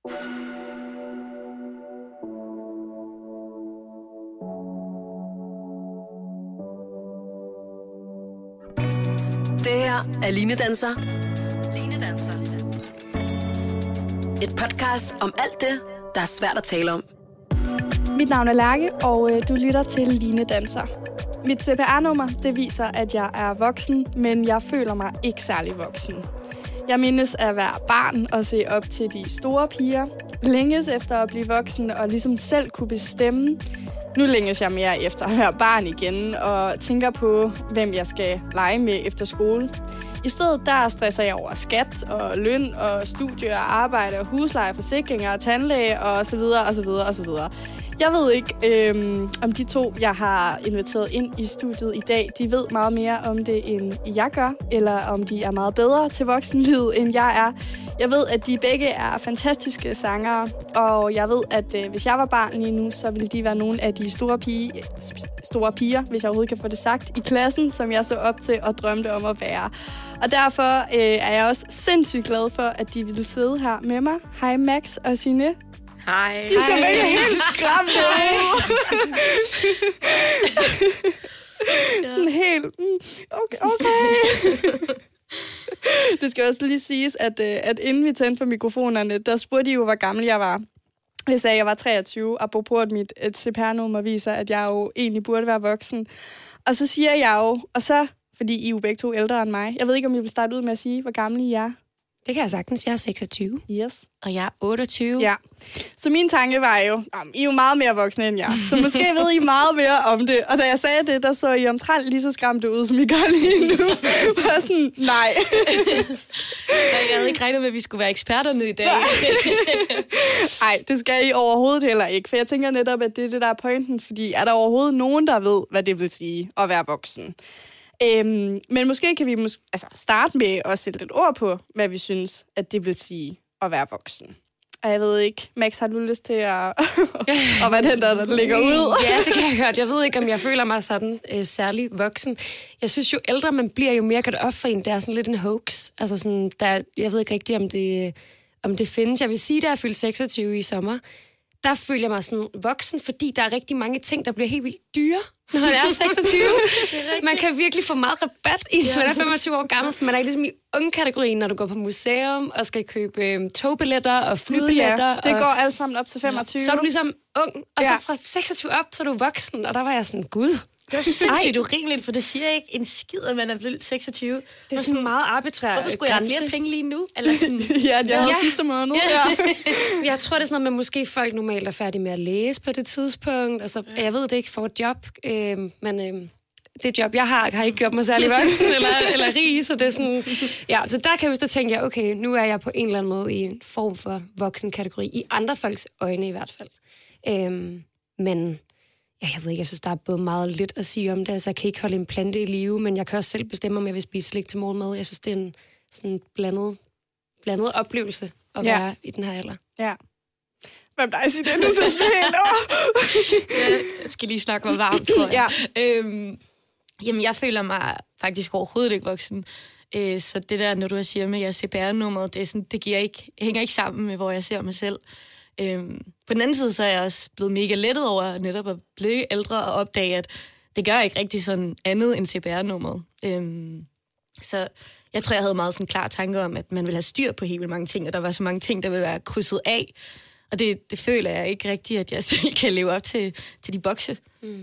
Det her er Line Danser. Et podcast om alt det, der er svært at tale om. Mit navn er Lærke, og du lytter til Line Danser. Mit CPR-nummer, det viser, at jeg er voksen, men jeg føler mig ikke særlig voksen. Jeg mindes at være barn og se op til de store piger. Længes efter at blive voksen og ligesom selv kunne bestemme. Nu længes jeg mere efter at være barn igen og tænker på, hvem jeg skal lege med efter skole. I stedet der stresser jeg over skat og løn og studie og arbejde og husleje, forsikringer og tandlæge og så videre og så videre og så videre. Jeg ved ikke, om de to, jeg har inviteret ind i studiet i dag, de ved meget mere om det, end jeg gør, eller om de er meget bedre til voksenlivet, end jeg er. Jeg ved, at de begge er fantastiske sangere, og jeg ved, at hvis jeg var barn lige nu, så ville de være nogle af de store piger, hvis jeg overhovedet kan få det sagt, i klassen, som jeg så op til og drømte om at være. Og derfor er jeg også sindssygt glad for, at de ville sidde her med mig. Hej Max og Signe. Hej. I så ikke helt skræmte ud. Sådan helt... Okay. Det skal også lige siges, at inden vi tændte for mikrofonerne, der spurgte de jo, hvor gammel jeg var. Jeg sagde, at jeg var 23, apropos at mit CPR-nummer viser, at jeg jo egentlig burde være voksen. Og så siger jeg jo, og så, fordi I er jo begge to ældre end mig, jeg ved ikke, om I vil starte ud med at sige, hvor gammel I er. Det kan jeg sagtens. Jeg er 26. Yes. Og jeg er 28. Ja. Så min tanke var jo, I er jo meget mere voksne end jeg. Så måske ved I meget mere om det. Og da jeg sagde det, der så I omtrent lige så skræmte ud, som I gør lige nu. Var sådan, nej. Jeg havde ikke regnet med, at vi skulle være eksperterne i dag. Nej, det skal I overhovedet heller ikke. For jeg tænker netop, at det er det, der er pointen. Fordi er der overhovedet nogen, der ved, hvad det vil sige at være voksen? Men måske kan vi starte med at sætte lidt ord på, hvad vi synes, at det vil sige at være voksen. Og jeg ved ikke, Max, har du lyst til at være den, der ligger ud? Ja, det kan jeg godt. Jeg ved ikke, om jeg føler mig sådan særlig voksen. Jeg synes jo, ældre man bliver, jo mere godt op for en. Det er sådan lidt en hoax. Altså sådan, jeg ved ikke rigtigt, om det findes. Jeg vil sige, at jeg fyldte 26 i sommer. Der føler jeg mig sådan voksen, fordi der er rigtig mange ting, der bliver helt vildt dyre, når man er 26. Man kan virkelig få meget rabat, indtil man er 25 år gammel, for man er ligesom i unge-kategorien, når du går på museum og skal købe togbilletter og flybilletter. Ja. Det går alt sammen op til 25. Så er du ligesom ung, og så fra 26 op, så er du voksen, og der var jeg sådan, gud. Det er sindssygt urimeligt, for det siger ikke en skid, at man er blevet 26. Det er sådan en meget arbitrær Hvorfor skulle jeg have flere penge lige nu? Eller sådan? Jeg havde sidste måned. Ja. Jeg tror, det er sådan noget med, måske folk normalt er færdige med at læse på det tidspunkt. Altså, jeg ved det ikke, for et job, men det job, jeg har ikke gjort mig særlig voksen eller rig, så det er sådan... Ja, så der kan jeg huske, at tænke, okay, nu er jeg på en eller anden måde i en form for voksen-kategori, i andre folks øjne i hvert fald. Men... Ja, jeg ved ikke, jeg synes, der er både meget lidt at sige om det. Altså, jeg kan ikke holde en plante i live, men jeg kan også selv bestemme, om jeg vil spise slik til morgenmad. Jeg synes, det er en sådan blandet oplevelse at være i den her alder. Ja. Hvem dig siger det? Du synes det helt Jeg skal lige snakke mig varmt, tror jeg. Ja. Jamen, jeg føler mig faktisk overhovedet ikke voksen. Så det der, når du siger med jeres CPR-nummer, det er sådan, hænger ikke sammen med, hvor jeg ser mig selv. På den anden side, så er jeg også blevet mega lettet over netop at blive ældre og opdage, at det gør ikke rigtig sådan andet end CPR-nummeret. Så jeg tror, jeg havde meget sådan klar tanke om, at man ville have styr på helt vildt mange ting, og der var så mange ting, der ville være krydset af. Og det føler jeg ikke rigtigt, at jeg selv kan leve op til de bokse.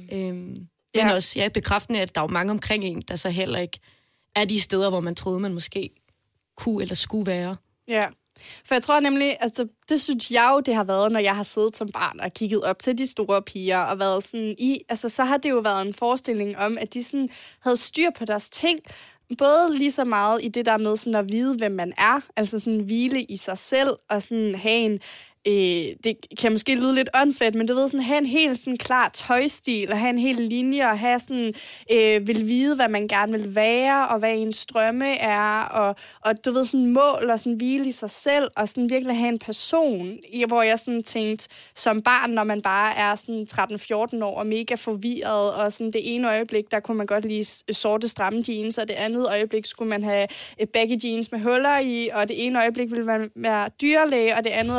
Men også bekræftende, at der er mange omkring en, der så heller ikke er de steder, hvor man troede, man måske kunne eller skulle være. Ja. For jeg tror nemlig, altså det synes jeg jo, det har været, når jeg har siddet som barn og kigget op til de store piger og været sådan så har det jo været en forestilling om, at de sådan havde styr på deres ting, både lige så meget i det der med sådan at vide, hvem man er, altså sådan hvile i sig selv og sådan have en det kan måske lyde lidt åndssvagt, men du ved, sådan have en helt sådan klar tøjstil, og have en hel linje, og have sådan, vil vide, hvad man gerne vil være, og hvad ens drømme er, og du ved, sådan mål, og sådan hvile i sig selv, og sådan virkelig have en person, hvor jeg sådan tænkte, som barn, når man bare er sådan 13-14 år, og mega forvirret, og sådan det ene øjeblik, der kunne man godt lide sorte stramme jeans, og det andet øjeblik skulle man have baggy jeans med huller i, og det ene øjeblik ville man være dyrlæge, og det andet øjeblik,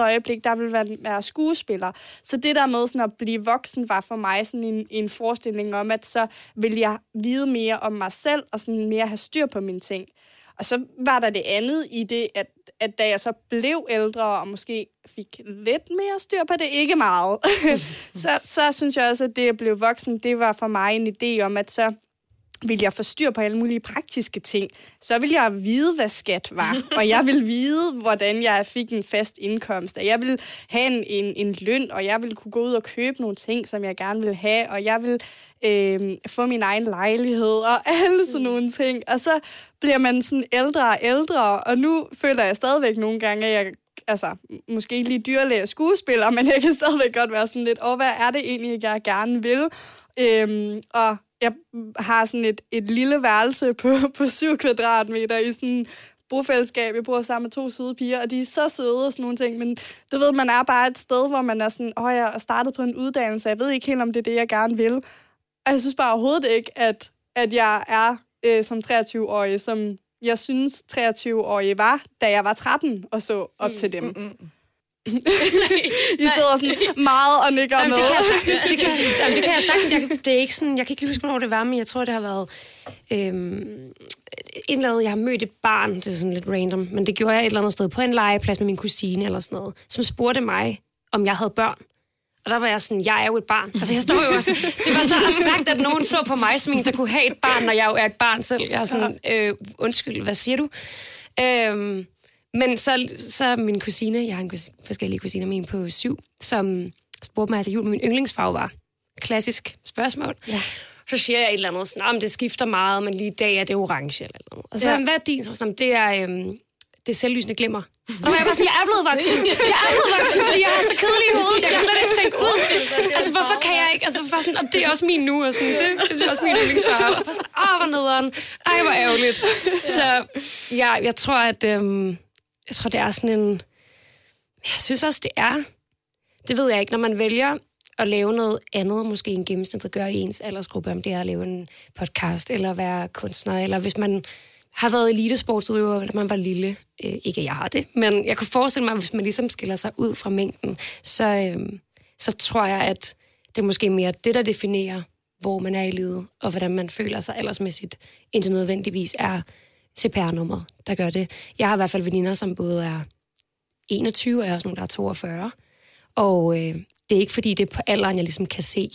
der vil være skuespiller. Så det der med sådan at blive voksen var for mig sådan en forestilling om, at så vil jeg vide mere om mig selv, og sådan mere have styr på mine ting. Og så var der det andet i det, at da jeg så blev ældre, og måske fik lidt mere styr på det, ikke meget, så synes jeg også, at det at blive voksen, det var for mig en idé om, at så vil jeg få styr på alle mulige praktiske ting. Så vil jeg vide, hvad skat var, og jeg vil vide, hvordan jeg fik en fast indkomst, og jeg vil have en løn, og jeg vil kunne gå ud og købe nogle ting, som jeg gerne vil have, og jeg vil få min egen lejlighed, og alle sådan nogle ting. Og så bliver man sådan ældre og ældre, og nu føler jeg stadigvæk nogle gange, at jeg måske ikke lige dyrlæge og skuespiller, men jeg kan stadigvæk godt være sådan lidt, hvad er det egentlig, jeg gerne vil? Og jeg har sådan et lille værelse på 7 kvadratmeter i sådan bofællesskab. Jeg bor sammen med 2 søde piger, og de er så søde og sådan nogle ting, men du ved, man er bare et sted, hvor man er sådan, jeg er startet på en uddannelse, jeg ved ikke helt, om det er det, jeg gerne vil. Og jeg synes bare overhovedet ikke, at jeg er som 23-årig, som jeg synes 23-årige var, da jeg var 13 og så op til dem. I sidder sådan meget og nikker med. Det kan jeg sagtens. Det er ikke sådan, jeg kan ikke huske, hvornår det var, men jeg tror, det har været en eller anden, jeg har mødt et barn, det er sådan lidt random, men det gjorde jeg et eller andet sted på en legeplads med min kusine eller sådan noget, som spurgte mig, om jeg havde børn. Og der var jeg sådan, jeg er jo et barn. Altså, jeg står jo også sådan, det var så abstrakt, at nogen så på mig som en, der kunne have et barn, når jeg jo er et barn selv. Jeg er sådan, undskyld, hvad siger du? Men så min kusine, jeg har en forskellige kusiner med en på 7, som spurgte mig altså jul, min yndlingsfarve var. Klassisk spørgsmål. Ja. Så siger jeg et eller andet sådan, om det skifter meget, men lige i dag er det orange eller noget. Og så hvad er din? Så sådan, det er selvlysende glimmer. Og jeg var sådan, jeg er blevet voksen, fordi jeg er så kedelig i hovedet. Jeg kan slet ikke tænke ud. Altså, hvorfor kan jeg ikke? Altså, hvorfor sådan, det er også min nu, og sådan, det er også min yndlingsfarve. Og sådan, hvor nederen. Ej, hvor ærgerligt. Så ja, jeg tror, at det er sådan en... Jeg synes også, det er... Det ved jeg ikke, når man vælger at lave noget andet, måske en gennemsnit, gør i ens aldersgruppe, om det er at lave en podcast, eller være kunstner, eller hvis man har været elitesportsudøver, da man var lille. Ikke at jeg har det, men jeg kunne forestille mig, at hvis man ligesom skiller sig ud fra mængden, så tror jeg, at det er måske mere det, der definerer, hvor man er i livet, og hvordan man føler sig aldersmæssigt, indtil nødvendigvis er CPR-nummeret, der gør det. Jeg har i hvert fald veninder, som både er 21, og jeg har også nogle, der er 42. Og det er ikke, fordi det er på alderen, jeg ligesom kan se.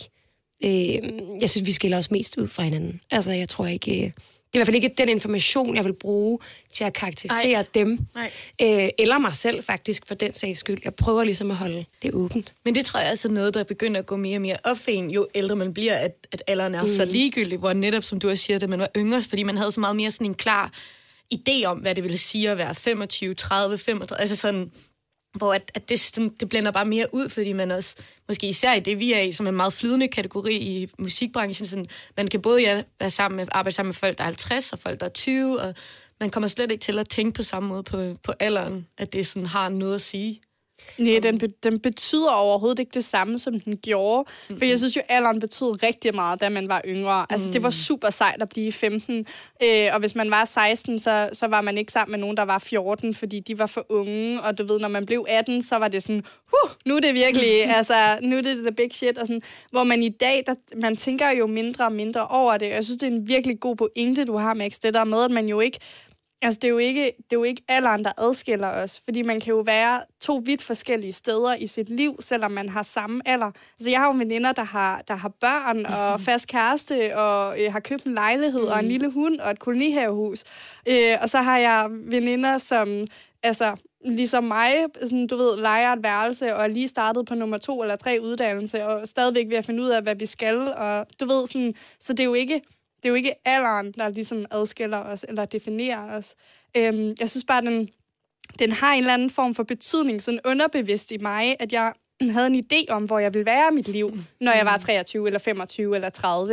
Jeg synes, vi skiller os mest ud fra hinanden. Altså, jeg tror ikke... Det er i hvert fald ikke den information, jeg vil bruge til at karakterisere dem. Eller mig selv faktisk, for den sags skyld. Jeg prøver ligesom at holde det åbent. Men det tror jeg er noget, der begynder at gå mere og mere op for en, jo ældre man bliver, at alderen er så ligegyldig, hvor netop, som du også siger, da man var yngre, fordi man havde så meget mere sådan en klar idé om, hvad det ville sige at være 25, 30, 35, altså sådan... hvor at det blænder bare mere ud, fordi man også, måske især i det, vi er i, som en meget flydende kategori i musikbranchen, sådan, man kan både arbejde sammen med folk, der er 50, og folk, der er 20, og man kommer slet ikke til at tænke på samme måde på alderen, at det sådan har noget at sige. Nej, den betyder overhovedet ikke det samme, som den gjorde. For jeg synes jo, alderen betød rigtig meget, da man var yngre. Altså, det var super sejt at blive 15. Og hvis man var 16, så var man ikke sammen med nogen, der var 14, fordi de var for unge. Og du ved, når man blev 18, så var det sådan, nu er det virkelig, altså, nu er det the big shit. Og sådan, hvor man i dag, man tænker jo mindre og mindre over det. Og jeg synes, det er en virkelig god pointe, du har, Max, det der med, at man jo ikke... Altså, det er jo ikke alderen, der adskiller os, fordi man kan jo være 2 vidt forskellige steder i sit liv, selvom man har samme alder. Altså, jeg har jo veninder, der har børn og fast kæreste, og har købt en lejlighed og en lille hund og et kolonihavehus. Og så har jeg veninder, som, altså, ligesom mig, sådan, du ved, leger et værelse og er lige startet på nummer 2 eller 3 uddannelse, og stadigvæk ved at finde ud af, hvad vi skal, og du ved, sådan, så det er jo ikke alderen, der ligesom adskiller os eller definerer os. Jeg synes bare, den har en eller anden form for betydning, sådan underbevidst i mig, at jeg havde en idé om, hvor jeg ville være i mit liv, når jeg var 23 eller 25 eller 30.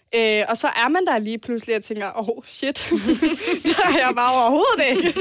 Og så er man der lige pludselig og tænker, shit, det er jeg bare overhovedet ikke.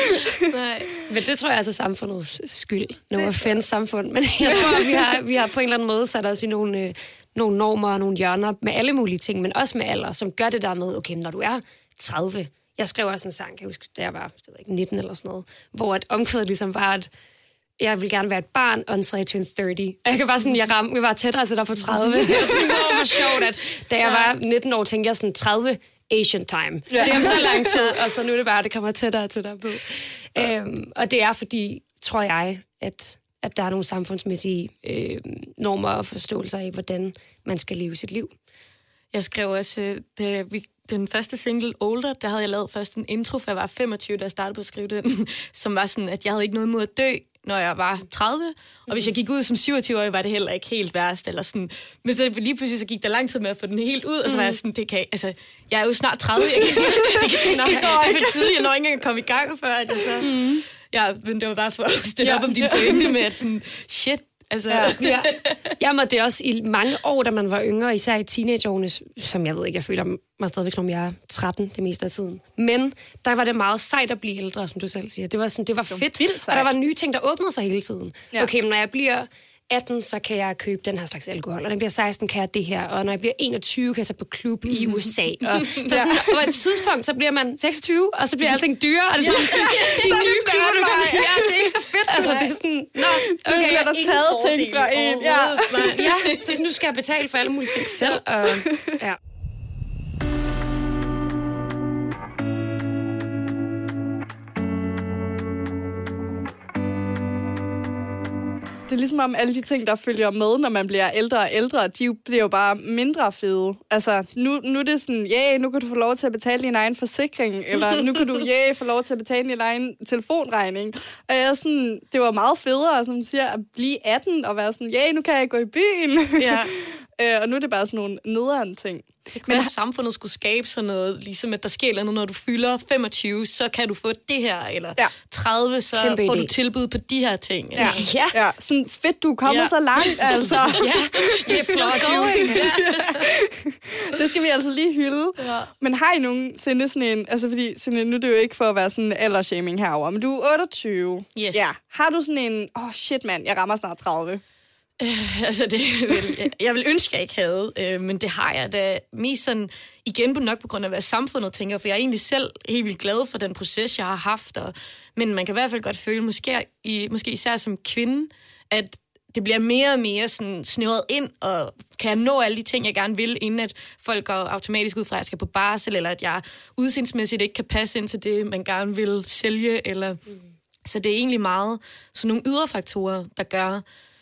Nej, men det tror jeg altså samfundets skyld. No offense samfund, men jeg tror, vi har på en eller anden måde sat os i nogle normer og nogle hjørner med alle mulige ting, men også med alder, som gør det der med, okay, når du er 30, jeg skrev også en sang, kan jeg huske, da jeg var 19 eller sådan noget, hvor et omkvædet ligesom var, at jeg vil gerne være et barn, until I turn 30. Jeg kan bare sådan, vi var tættere til der på 30. Det var sjovt, at da jeg var 19 år, tænkte jeg sådan 30 Asian time. Ja. Det er om så lang tid, og så nu er det bare, det kommer tættere og tættere på. Og det er fordi, tror jeg, at der er nogle samfundsmæssige normer og forståelser af, hvordan man skal leve sit liv. Jeg skrev også, den første single, Older, der havde jeg lavet først en intro, for jeg var 25, da jeg startede på at skrive den, som var sådan, at jeg havde ikke noget mod at dø, når jeg var 30. Og hvis jeg gik ud som 27-årig, var det heller ikke helt værst. Eller sådan. Men så lige pludselig så gik der lang tid med at få den helt ud, og så var jeg sådan, jeg er jo snart 30, det er for tidligt, jeg når ikke engang at komme i gang før, at jeg så... Ja, men det var bare for at stille op om din pointe med, at sådan, shit, altså... Ja. Jamen, det er også i mange år, da man var yngre, især i teenageårene, som jeg ved ikke, jeg føler mig stadigvæk, som jeg er 13 det meste af tiden. Men der var det meget sejt at blive ældre, som du selv siger. Det var fedt, og der var nye ting, der åbnede sig hele tiden. Ja. Okay, men når jeg bliver 18, så kan jeg købe den her slags alkohol, og når jeg bliver 16, kan jeg det her, og når jeg bliver 21, kan jeg tage på klub i USA. Og på et tidspunkt, så bliver man 26, og så bliver alting dyrere, og det er sådan, de nye klubber, du kan... Ja, det er ikke så fedt, altså, det er sådan... Okay, jeg har taget ting fra en. Ja, det er sådan, nu skal jeg betale for alle mulige ting selv, og ja. Det er ligesom om alle de ting, der følger med, når man bliver ældre og ældre, de bliver jo bare mindre fede. Altså, nu er det sådan, nu kan du få lov til at betale din egen forsikring, eller nu kan du få lov til at betale din egen telefonregning. Og jeg er sådan, det var meget federe, som siger, at blive 18 og være sådan, nu kan jeg gå i byen. Ja. Og nu er det bare sådan nogle nederen ting. Men samfundet skulle skabe sådan noget, ligesom at der sker noget, når du fylder 25, så kan du få det her, eller 30, så kæmpe får idé. du tilbud på de her ting. Ja. Sådan fedt, du er kommet så langt, altså. You're still going. Det skal vi altså lige hylde. Ja. Men har I nogensinde sådan en, altså fordi nu er det jo ikke for at være sådan aldersshaming herovre, men du er 28. Yes. Ja. Har du sådan en, shit mand, jeg rammer snart 30? Altså, jeg vil ønske, jeg ikke havde, men det har jeg da mest sådan, igen nok på grund af, hvad samfundet tænker, for jeg er egentlig selv helt vildt glad for den proces, jeg har haft, men man kan i hvert fald godt føle, måske især som kvinde, at det bliver mere og mere sådan snævret ind, og kan jeg nå alle de ting, jeg gerne vil, inden at folk går automatisk ud fra, at jeg skal på barsel, eller at jeg udseendsmæssigt ikke kan passe ind til det, man gerne vil sælge, eller... Så det er egentlig meget sådan nogle ydre faktorer, der gør,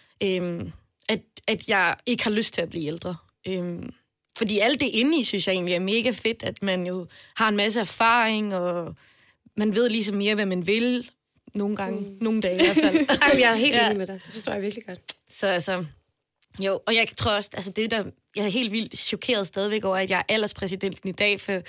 at jeg ikke har lyst til at blive ældre. Fordi alt det inde i, synes jeg egentlig er mega fedt, at man jo har en masse erfaring, og man ved ligesom mere, hvad man vil. Nogle gange, nogle dage i hvert fald. Ej, jeg er helt enig med dig. Det forstår jeg virkelig godt. Så altså, jo, og jeg tror også, altså det der, jeg er helt vildt chokeret stadigvæk over, at jeg er alderspræsidenten i dag, for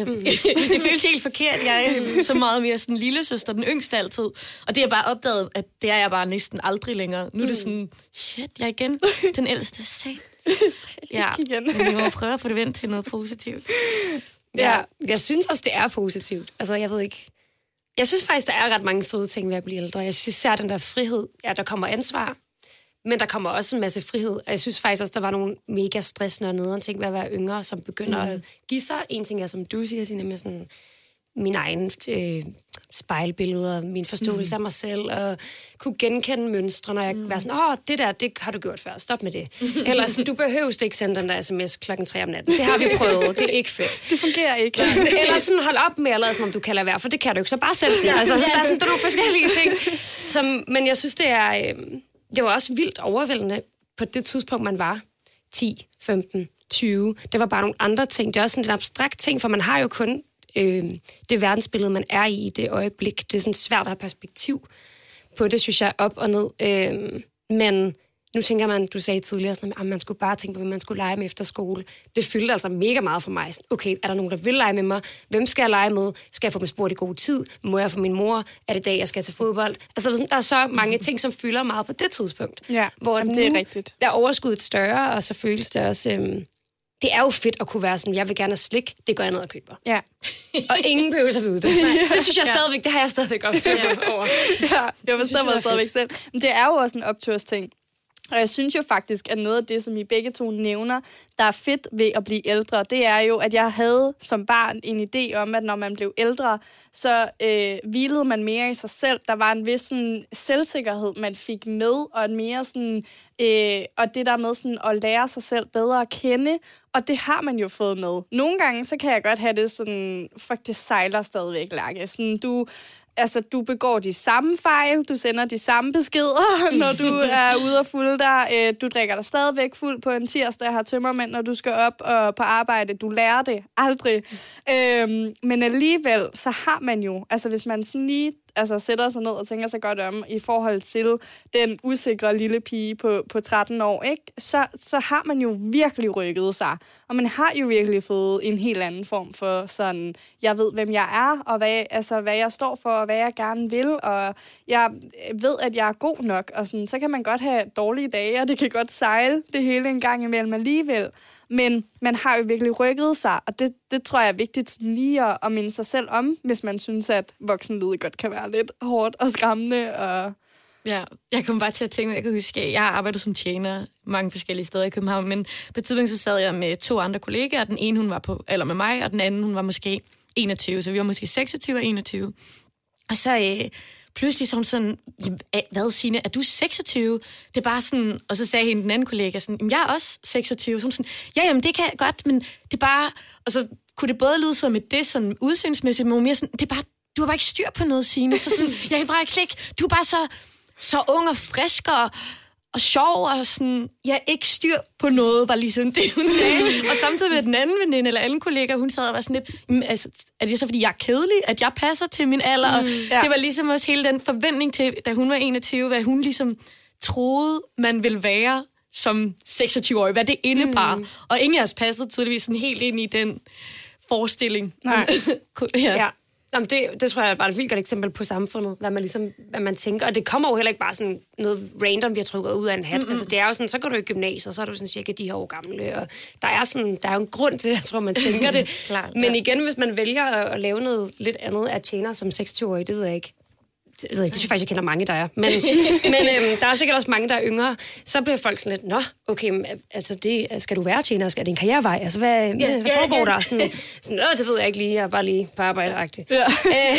det føles helt forkert. Jeg er så meget mere sådan lillesøster, den yngste altid. Og det har jeg bare opdaget, at det er jeg bare næsten aldrig længere. Nu er det sådan, shit, jeg er igen den ældste sag. Ja, men vi må prøve at få det vendt til noget positivt. Ja, jeg synes også, det er positivt. Altså, jeg ved ikke... Jeg synes faktisk, der er ret mange fede ting ved at blive ældre. Jeg synes især den der frihed, der kommer ansvar, men der kommer også en masse frihed. Og jeg synes faktisk også, der var nogle mega stressende og nederen ting ved at være yngre, som begynder at give sig. En ting er, som du siger, nemlig sådan min egen spejlbilleder, min forståelse af mig selv, og kunne genkende mønstre, når jeg var sådan, det der, det har du gjort før, stop med det. Eller sådan, du behøver ikke sende den der sms 3:00 om natten. Det har vi prøvet, det er ikke fedt. Det fungerer ikke. Eller sådan, hold op med at lade, som om du kan lade være, for det kan du ikke, så bare send det. Altså, der er sådan nogle forskellige ting. Men jeg synes, det var også vildt overvældende på det tidspunkt, man var 10, 15, 20. Det var bare nogle andre ting. Det er også sådan en abstrakt ting, for man har jo kun det verdensbillede, man er i det øjeblik. Det er sådan svært at have perspektiv på det, synes jeg, op og ned. Men nu tænker man, du sagde tidligere, sådan, at man skulle bare tænke på, hvem man skulle lege med efter skole. Det fyldte altså mega meget for mig. Okay, er der nogen, der vil lege med mig? Hvem skal jeg lege med? Skal jeg få dem spurgt i god tid? Må jeg få min mor? Er det dag, jeg skal til fodbold? Altså, der er så mange ting, som fylder meget på det tidspunkt. Ja, hvor det er rigtigt. Der er overskuddet større, og så føles det også... det er jo fedt at kunne være sådan, jeg vil gerne have slik, det går jeg ned og køber. Ja. Og ingen behøver at vide det. Det synes jeg stadigvæk, det har jeg stadigvæk optur over. Ja, jeg forstår mig stadigvæk selv. Men det er jo også en optursting. Og jeg synes jo faktisk, at noget af det, som I begge to nævner, der er fedt ved at blive ældre, det er jo, at jeg havde som barn en idé om, at når man blev ældre, så hvilede man mere i sig selv. Der var en vis sådan, selvsikkerhed, man fik med, og en mere sådan, og det der med sådan, at lære sig selv bedre at kende, og det har man jo fået med. Nogle gange, så kan jeg godt have det sådan, fuck, det sejler stadigvæk, Lærke. Sådan, du begår de samme fejl, du sender de samme beskeder, når du er ude og fulde dig. Du drikker dig stadigvæk fuld på en tirsdag, har tømmermænd, når du skal op og på arbejde. Du lærer det aldrig. Men alligevel, så har man jo, altså hvis man sådan lige sætter sig ned og tænker sig godt om i forhold til den usikre lille pige på 13 år, ikke? Så har man jo virkelig rykket sig. Og man har jo virkelig fået en helt anden form for sådan, jeg ved, hvem jeg er, og hvad jeg står for, og hvad jeg gerne vil, og jeg ved, at jeg er god nok. Og sådan, så kan man godt have dårlige dage, og det kan godt sejle det hele en gang imellem alligevel. Men man har jo virkelig rykket sig, og det tror jeg er vigtigt lige at minde sig selv om, hvis man synes, at voksenlivet godt kan være lidt hårdt og skræmmende. Og ja, jeg kom bare til at tænke, jeg kan huske, at jeg har arbejdet som tjener mange forskellige steder i København, men på et tidspunkt så sad jeg med 2 andre kollegaer, den ene hun var på alder med mig, og den anden hun var måske 21, så vi var måske 26 og 21. Og så pludselig så hun sådan, hvad Signe, er du 26? Det er bare sådan, og så sagde hende den anden kollega sådan, jeg er også 26. Så hun sådan, jamen det kan jeg godt, men det er bare, og så kunne det både lyde som et det sådan udseendsmæssigt, men mere sådan, det er bare, du har bare ikke styr på noget, Signe. Så sådan, jeg kan bare ikke slik, du er bare så ung og frisk og sjov, og sådan, jeg er ikke styr på noget, var ligesom det, hun sagde. Og samtidig med den anden veninde, eller anden kollega, hun sad og var sådan lidt, altså, er det så, fordi jeg er kedelig, at jeg passer til min alder? Og det var ligesom også hele den forventning til, da hun var 21, hvad hun ligesom troede, man ville være som 26-årig, hvad det indebar. Og ingen af os passede tydeligvis sådan helt ind i den forestilling. Nej. Ja. Jamen det tror jeg er bare et vildt godt eksempel på samfundet, hvad man tænker. Og det kommer jo heller ikke bare sådan noget random, vi har trykket ud af en hat. Altså det er jo sådan, så går du i gymnasiet, og så er du sådan cirka de her år gamle. Og der er jo en grund til, jeg tror, man tænker det. Klart, men igen, hvis man vælger at lave noget lidt andet af tjener som 26-årig, det ved jeg ikke. Det synes jeg faktisk, jeg kender mange, der er. Men der er sikkert også mange, der er yngre. Så bliver folk sådan lidt, nå, okay, altså skal du være tjener? Skal det en karrierevej? Altså, hvad foregår der? Sådan, det ved jeg ikke lige. Jeg er bare lige på arbejde-agtig. Ja.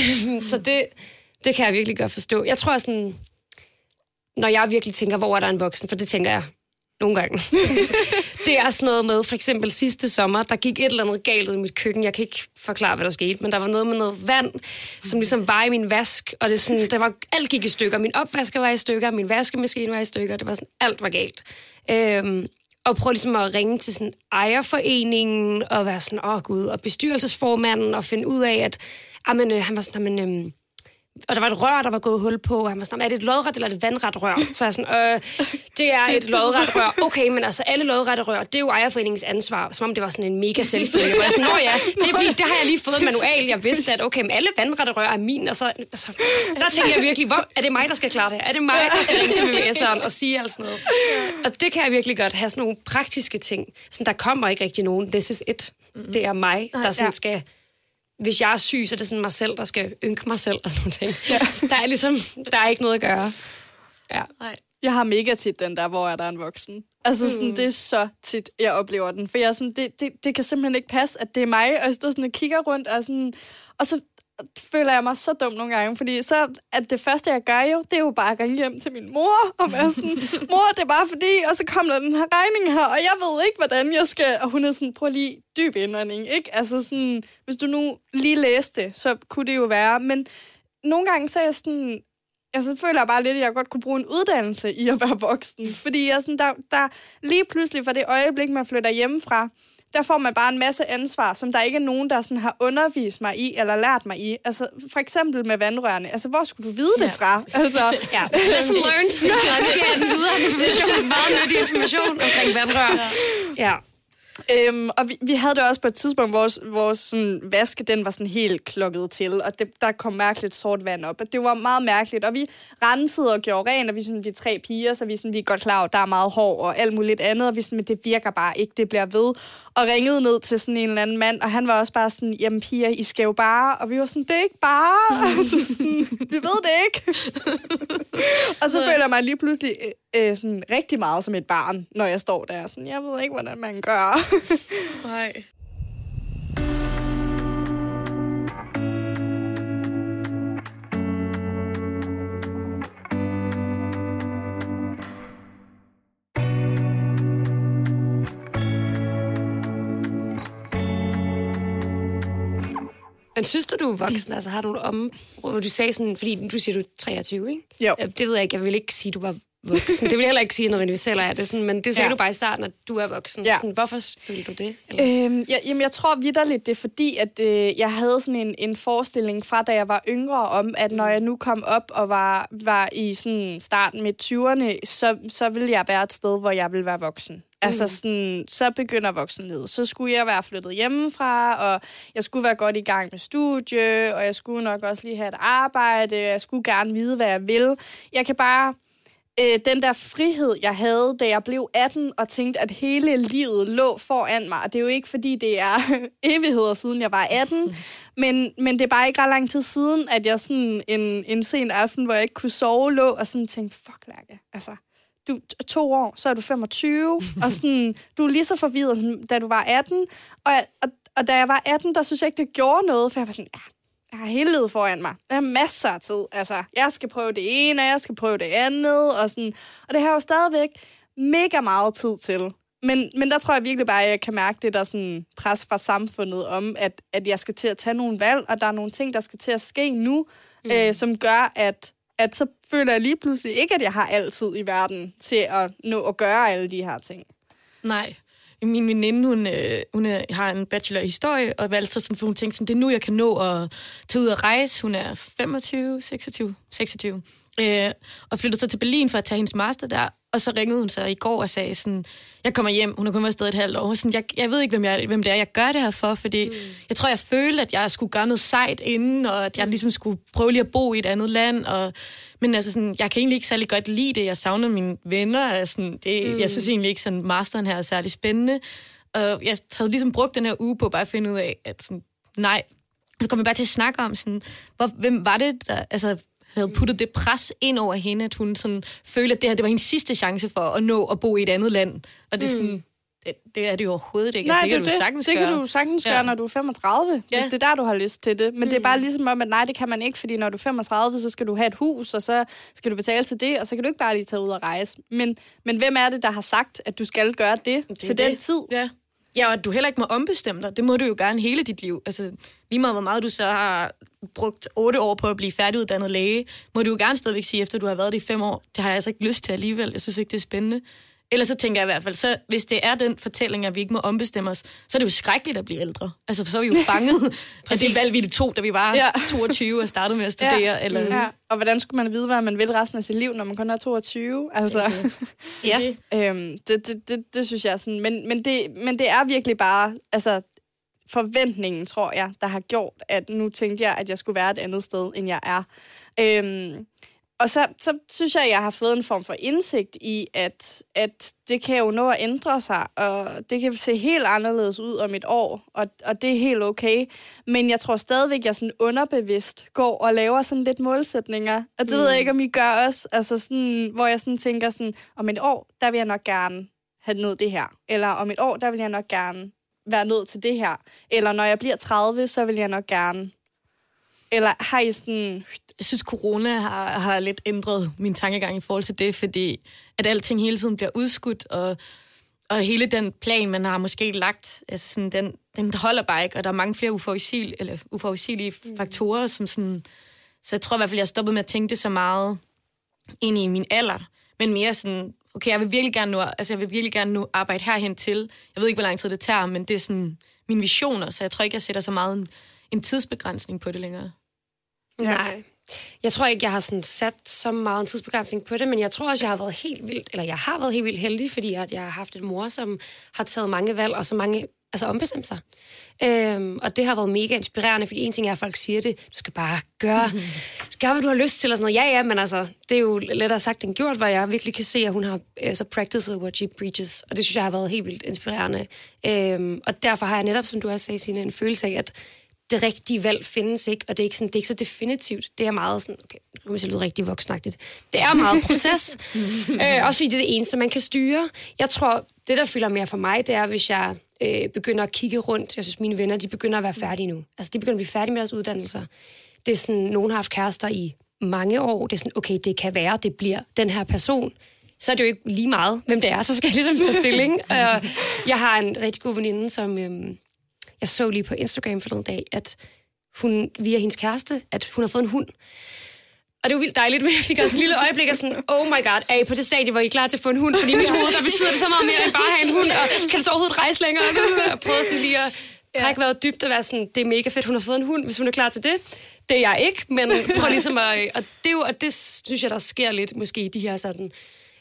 Så det kan jeg virkelig godt forstå. Jeg tror sådan, når jeg virkelig tænker, hvor er der en voksen, for det tænker jeg nogle gange. Det er sådan noget med, for eksempel sidste sommer, der gik et eller andet galt ud i mit køkken. Jeg kan ikke forklare, hvad der skete, men der var noget med noget vand, som ligesom var i min vask, og det sådan, alt gik i stykker. Min opvasker var i stykker, min vaskemaskine var i stykker, det var sådan, alt var galt. Og prøve ligesom at ringe til sådan ejerforeningen, og være sådan, gud, og bestyrelsesformanden, og finde ud af, at han var sådan, og der var et rør, der var gået hul på, og han var sådan, er det et lodret eller et vandret rør? Så jeg sådan, det er et lodret rør. Okay, men altså alle lodrette rør, det er jo ejerforeningens ansvar, som om det var sådan en mega selvfølge. Og jeg sådan, det er fordi, det har jeg lige fået en manual. Jeg vidste, at okay, men alle vandrette rør er min, og så der tænker jeg virkelig, er det mig, der skal klare det? Er det mig, der skal ringe til VVS'eren og sige alt sådan noget? Og det kan jeg virkelig godt have sådan nogle praktiske ting. Sådan, der kommer ikke rigtig nogen, this is it. Det er mig, der sådan skal... Hvis jeg er syg, så er det sådan mig selv, der skal ynke mig selv og sådan nogle ting. Ja. Der er ikke noget at gøre. Ja. Jeg har mega tit den der, hvor er der en voksen. Altså sådan, det er så tit, jeg oplever den. For jeg er sådan, det kan simpelthen ikke passe, at det er mig, og jeg står sådan og kigger rundt, og så føler jeg mig så dum nogle gange, fordi så at det første, jeg gør jo, det er jo bare at ringe hjem til min mor, og være sådan, mor, det er bare fordi, og så kommer der den her regning her, og jeg ved ikke, hvordan jeg skal, og hun er sådan, prøv lige dyb indånding, ikke? Altså sådan, hvis du nu lige læste, så kunne det jo være, men nogle gange så er jeg sådan, altså føler jeg bare lidt, at jeg godt kunne bruge en uddannelse i at være voksen, fordi jeg sådan, der lige pludselig fra det øjeblik, man flytter hjemmefra, der får man bare en masse ansvar, som der ikke er nogen, der sådan har undervist mig i, eller lært mig i. Altså, for eksempel med vandrørene. Altså, hvor skulle du vide det fra? Altså, lesson learned. Ja, den videre information. Meget nyttig information omkring vandrør. Ja. Og vi havde det også på et tidspunkt, vores sådan, vaske, den var sådan helt klokket til, og der kom mærkeligt sort vand op. Og det var meget mærkeligt, og vi rensede og gjorde rent, og vi er 3 piger, så vi er godt klar over, der er meget hår og alt muligt andet, og vi sådan, men det virker bare ikke, det bliver ved. Og ringede ned til sådan en eller anden mand, og han var også bare sådan, jamen piger, I skal jo bare, og vi var sådan, det er ikke bare, altså sådan, vi ved det ikke. Og så føler jeg mig lige pludselig sådan rigtig meget som et barn, når jeg står der, sådan, jeg ved ikke, hvordan man gør. Nej. Men synes du er voksen? Altså har du hvor du sagde sådan, fordi du siger, du er 23, ikke? Jo. Det ved jeg ikke, jeg vil ikke sige, du var voksen. Det vil jeg heller ikke sige, når vi selv er det, sådan, men det sagde du bare i starten, at du er voksen. Ja. Sådan, hvorfor føler du det? Jamen, jeg tror vitterligt, det er fordi, at jeg havde sådan en forestilling fra, da jeg var yngre, om, at når jeg nu kom op og var i sådan starten midt 20'erne, så ville jeg være et sted, hvor jeg ville være voksen. Altså sådan, så begynder voksenlivet. Så skulle jeg være flyttet hjemmefra, og jeg skulle være godt i gang med studie, og jeg skulle nok også lige have et arbejde, og jeg skulle gerne vide, hvad jeg vil. Jeg kan bare... den der frihed, jeg havde, da jeg blev 18, og tænkte, at hele livet lå foran mig. Og det er jo ikke, fordi det er evigheder siden, jeg var 18, men det er bare ikke ret lang tid siden, at jeg sådan en sen aften, hvor jeg ikke kunne sove, lå og sådan tænkte, fuck, Lærke, altså... Du 2 år, så er du 25, og sådan, du er lige så forvirret, da du var 18. Og da jeg var 18, der synes jeg ikke, det gjorde noget, for jeg var sådan, jeg har hele livet foran mig. Jeg har masser af tid. Altså, jeg skal prøve det ene, og jeg skal prøve det andet, og sådan. Og det har jo stadigvæk mega meget tid til. Men der tror jeg virkelig bare, at jeg kan mærke det der sådan pres fra samfundet om, at jeg skal til at tage nogle valg, og der er nogle ting, der skal til at ske nu, som gør, at så føler jeg lige pludselig ikke, at jeg har altid i verden til at nå at gøre alle de her ting. Nej. Min veninde, hun har en bachelor i historie, og valgte så sådan, for hun tænkte sådan, det er nu, jeg kan nå at tage ud og rejse. Hun er 26, og flyttede så til Berlin for at tage hendes master der. Og så ringede hun så i går og sagde sådan, jeg kommer hjem, hun er kun været afsted et halvt år. Sådan, jeg ved ikke, hvem det er, jeg gør det her for, fordi jeg tror, jeg følte, at jeg skulle gøre noget sejt inden, og at jeg ligesom skulle prøve lige at bo i et andet land. Men altså sådan, jeg kan egentlig ikke særlig godt lide det. Jeg savner mine venner. Sådan, jeg synes egentlig ikke, sådan masteren her er særlig spændende. Og jeg havde ligesom brugt den her uge på bare at finde ud af, at sådan, nej. Så kom jeg bare til at snakke om, sådan, hvem var det, der... Altså, havde puttet det pres ind over hende, at hun sådan følte, at det her det var hendes sidste chance for at nå at bo i et andet land. Og det er sådan, det er det jo overhovedet ikke. Nej, altså, det kan du sagtens gøre. Det kan du sagtens gøre, når du er 35, hvis det er der, du har lyst til det. Men det er bare ligesom om, at nej, det kan man ikke, fordi når du er 35, så skal du have et hus, og så skal du betale til det, og så kan du ikke bare lige tage ud og rejse. Men hvem er det, der har sagt, at du skal gøre det til den tid? Ja, og at du heller ikke må ombestemme dig. Det må du jo gerne hele dit liv. Altså, lige meget hvor meget du så har brugt 8 år på at blive færdiguddannet læge, må du jo gerne stadigvæk sige, efter du har været det i 5 år, det har jeg altså ikke lyst til alligevel. Jeg synes ikke, det er spændende. Ellers så tænker jeg i hvert fald, så hvis det er den fortælling, at vi ikke må ombestemme os, så er det jo skrækkeligt at blive ældre. Altså, for så er vi jo fanget af det valg, vi tog, da vi var 22 og startede med at studere. Ja. Eller... Ja. Og hvordan skulle man vide, hvad man vil resten af sit liv, når man kun er 22? Altså, det synes jeg sådan. Men det er virkelig bare, altså, forventningen, tror jeg, der har gjort, at nu tænkte jeg, at jeg skulle være et andet sted, end jeg er. Og så synes jeg, at jeg har fået en form for indsigt i, at det kan jo nå at ændre sig, og det kan se helt anderledes ud om et år, og det er helt okay. Men jeg tror stadigvæk, at jeg sådan underbevidst går og laver sådan lidt målsætninger. Og det ved jeg ikke, om I gør også, altså sådan, hvor jeg sådan tænker sådan, om et år, der vil jeg nok gerne have nået det her. Eller om et år, der vil jeg nok gerne være nået til det her. Eller når jeg bliver 30, så vil jeg nok gerne. Eller har I sådan... Jeg synes, corona har lidt ændret min tankegang i forhold til det, fordi at alting hele tiden bliver udskudt, og hele den plan, man har måske lagt, altså sådan, den holder bare ikke, og der er mange flere uforudsigelige faktorer, som sådan... Så jeg tror i hvert fald, jeg har stoppet med at tænke det så meget ind i min alder, men mere sådan, okay, jeg vil virkelig gerne nu arbejde herhen til. Jeg ved ikke, hvor lang tid det tager, men det er sådan mine visioner, så jeg tror ikke, jeg sætter så meget en tidsbegrænsning på det længere. Nej. Jeg tror ikke, jeg har sådan sat så meget en tidsbegrænsning på det, men jeg tror også, jeg har været helt vildt heldig, fordi at jeg har haft en mor, som har taget mange valg, og så mange ombestemt sig. Og det har været mega inspirerende, fordi en ting er, at folk siger det, du skal bare gøre, hvad du har lyst til, og sådan noget. Ja, men altså, det er jo lettere sagt end gjort, hvor jeg virkelig kan se, at hun har så practiced what she preaches, og det synes jeg har været helt vildt inspirerende. Og derfor har jeg netop, som du også sagde, Signe, en følelse af, at det rigtige valg findes ikke, og det er ikke så definitivt. Det er meget sådan, okay, nu kommer jeg lyde rigtig voksnagtigt. Det er meget proces. Også fordi det er det eneste, man kan styre. Jeg tror, det der fylder mere for mig, det er, hvis jeg begynder at kigge rundt. Jeg synes, mine venner, de begynder at være færdige nu. Altså, de begynder at blive færdige med deres uddannelser. Det er sådan, nogen har haft kærester i mange år. Det er sådan, okay, det kan være, det bliver den her person. Så er det jo ikke lige meget, hvem det er. Så skal jeg ligesom tage stilling. Jeg har en rigtig god veninde, som jeg så lige på Instagram for den dag, at hun via hendes kæreste, at hun har fået en hund. Og det var vildt dejligt, men jeg fik også et lille øjeblik af sådan, oh my god, er I på det stadie, hvor I er klar til at få en hund? Fordi i mit hoved, der betyder det så meget mere end bare at have en hund, og kan det så overhovedet rejse længere? Og prøve sådan lige at trække vejret dybt og være sådan, det er mega fedt, hun har fået en hund, hvis hun er klar til det. Det er jeg ikke, men prøv ligesom at... Og det synes jeg, der sker lidt, måske i de her sådan...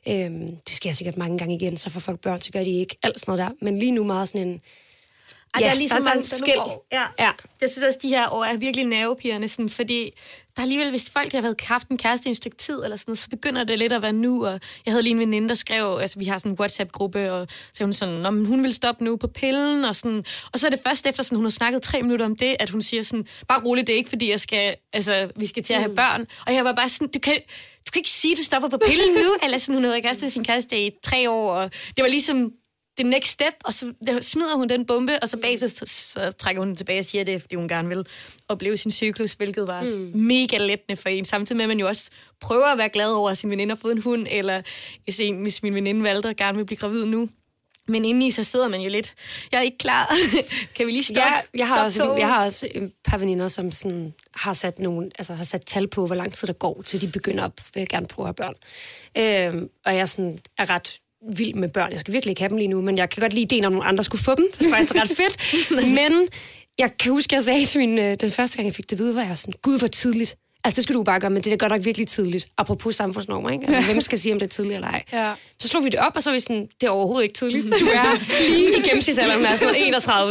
det sker sikkert mange gange igen, så får folk børn, så gør de ikke alt sådan noget der. Men lige nu meget sådan en... Ja, der er ligesom mange skæld. Ja. Jeg synes også, de her år er virkelig nervepirrende, sådan, fordi der alligevel, hvis folk har haft en kæreste i et stykke tid, eller sådan noget, så begynder det lidt at være nu, og jeg havde lige en veninde, der skrev, altså vi har sådan en WhatsApp-gruppe, og så hun sådan, hun vil stoppe nu på pillen, og sådan, og så er det først efter, sådan, hun har snakket 3 minutter om det, at hun siger sådan, bare roligt, det er ikke fordi, vi skal til at have børn, og jeg var bare sådan, du kan ikke sige, du stopper på pillen nu, eller sådan, hun havde kæreste med sin kæreste i 3 år, og det var ligesom det next step, og så smider hun den bombe, og så bagefter så trækker hun den tilbage og siger det, fordi hun gerne vil opleve sin cyklus, hvilket var mega lettende for en. Samtidig med, at man jo også prøver at være glad over, at sin veninde har fået en hund, eller hvis min veninde valgte og gerne vil blive gravid nu. Men inde i så sidder man jo lidt, jeg er ikke klar. Kan vi lige stoppe? Ja, jeg har også et par veninder, som sådan har sat tal på, hvor lang tid der går, til de begynder at vil gerne prøve at have børn. Og jeg sådan er ret vild med børn. Jeg skal virkelig ikke have dem lige nu, men jeg kan godt lide ideen, om nogle andre skulle få dem. Det er faktisk ret fedt. Men jeg kan huske, jeg sagde til den første gang, jeg fik det at vide, var jeg sådan, gud, hvor tidligt. Altså, det skal du bare gøre, men det er godt nok virkelig tidligt. Apropos samfundsnormer, ikke? Altså, hvem skal sige, om det er tidligt eller ej? Ja. Så slog vi det op, og så var vi sådan, det er overhovedet ikke tidligt. Du er lige i gennemsnitsalderen, med sådan 31.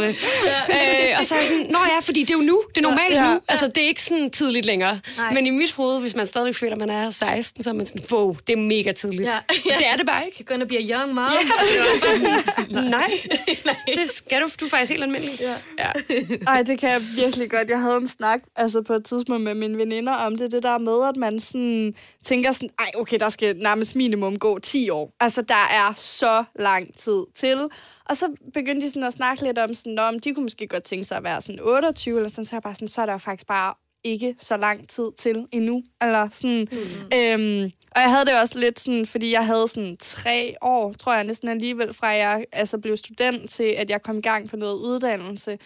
Og så er jeg sådan, nå ja, fordi det er jo nu. Det er normalt nu. Altså, det er ikke sådan tidligt længere. Nej. Men i mit hoved, hvis man stadig føler, at man er 16, så er man sådan, wow, det er mega tidligt. Ja. Det er det bare ikke. Gonna be a young mom. Ja. Nej, det skal du. Du er faktisk helt almindelig. Ja. Ej, det kan jeg virkelig godt. Jeg havde en snak på et tidspunkt med mine veninder om det der med, at man sådan tænker sådan, ej, okay, der skal nærmest minimum gå 10 år. Altså, der er så lang tid til. Og så begyndte de sådan at snakke lidt om sådan, om de kunne måske godt tænke sig at være sådan 28, eller sådan, så jeg bare sådan, så er der jo faktisk bare ikke så lang tid til endnu. Eller sådan, og jeg havde det også lidt sådan, fordi jeg havde sådan 3 år, tror jeg næsten alligevel, fra jeg blev student til, at jeg kom i gang på noget uddannelse.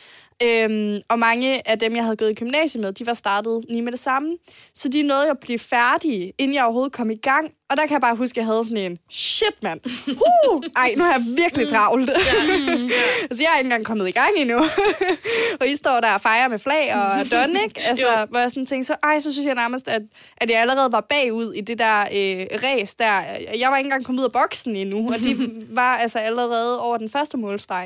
Og mange af dem, jeg havde gået i gymnasiet med, de var startet lige med det samme. Så de nåede at blive færdige, inden jeg overhovedet kom i gang. Og der kan jeg bare huske, at jeg havde sådan en, shit mand, ej, nu har jeg virkelig travlt. Altså, jeg er ikke engang kommet i gang endnu. Og I står der og fejrer med flag og done, ikke? Altså, hvor jeg sådan tænkte, så synes jeg nærmest, at jeg allerede var bagud i det der race der. Jeg var ikke engang kommet ud af boksen endnu, og de var altså allerede over den første målstreg.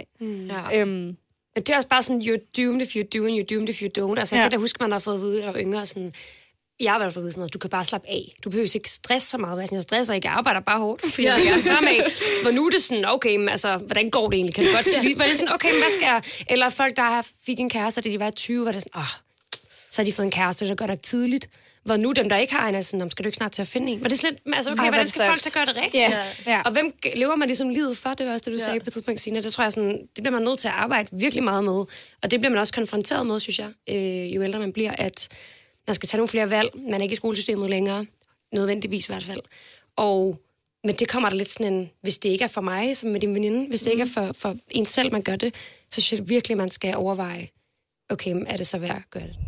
Men det er også bare sådan, you're doomed if you do, and you're doomed if you don't. Altså, jeg kan da huske, man har fået at vide, at jeg var yngre, sådan, jeg har i hvert fald fået sådan noget, du kan bare slappe af. Du behøver ikke stresse så meget. Jeg stresser ikke, jeg arbejder bare hårdt, fordi jeg vil gerne fremad. Hvor nu er det sådan, okay, men altså, hvordan går det egentlig? Kan du godt sige, var det sådan, okay, men hvad skal jeg? Eller folk, der fik en kæreste, da de var 20, var det sådan, så har de fået en kæreste, der gør det tidligt. Hvor nu dem, der ikke har en, er sådan, skal du ikke snart til at finde en? Men det er slet, altså, okay, hvordan skal folk så gøre det rigtigt? Yeah. Og hvem lever man ligesom livet for? Det var også det, du sagde på et tidspunkt, Signe. Det tror jeg sådan, det bliver man nødt til at arbejde virkelig meget med. Og det bliver man også konfronteret med, synes jeg, jo ældre man bliver, at man skal tage nogle flere valg. Man er ikke i skolesystemet længere. Nødvendigvis i hvert fald. Men det kommer der lidt sådan en, hvis det ikke er for mig, som med din veninde, hvis det ikke er for en selv, man gør det, så synes jeg virkelig, man skal overveje, okay, er det så værd at gøre det?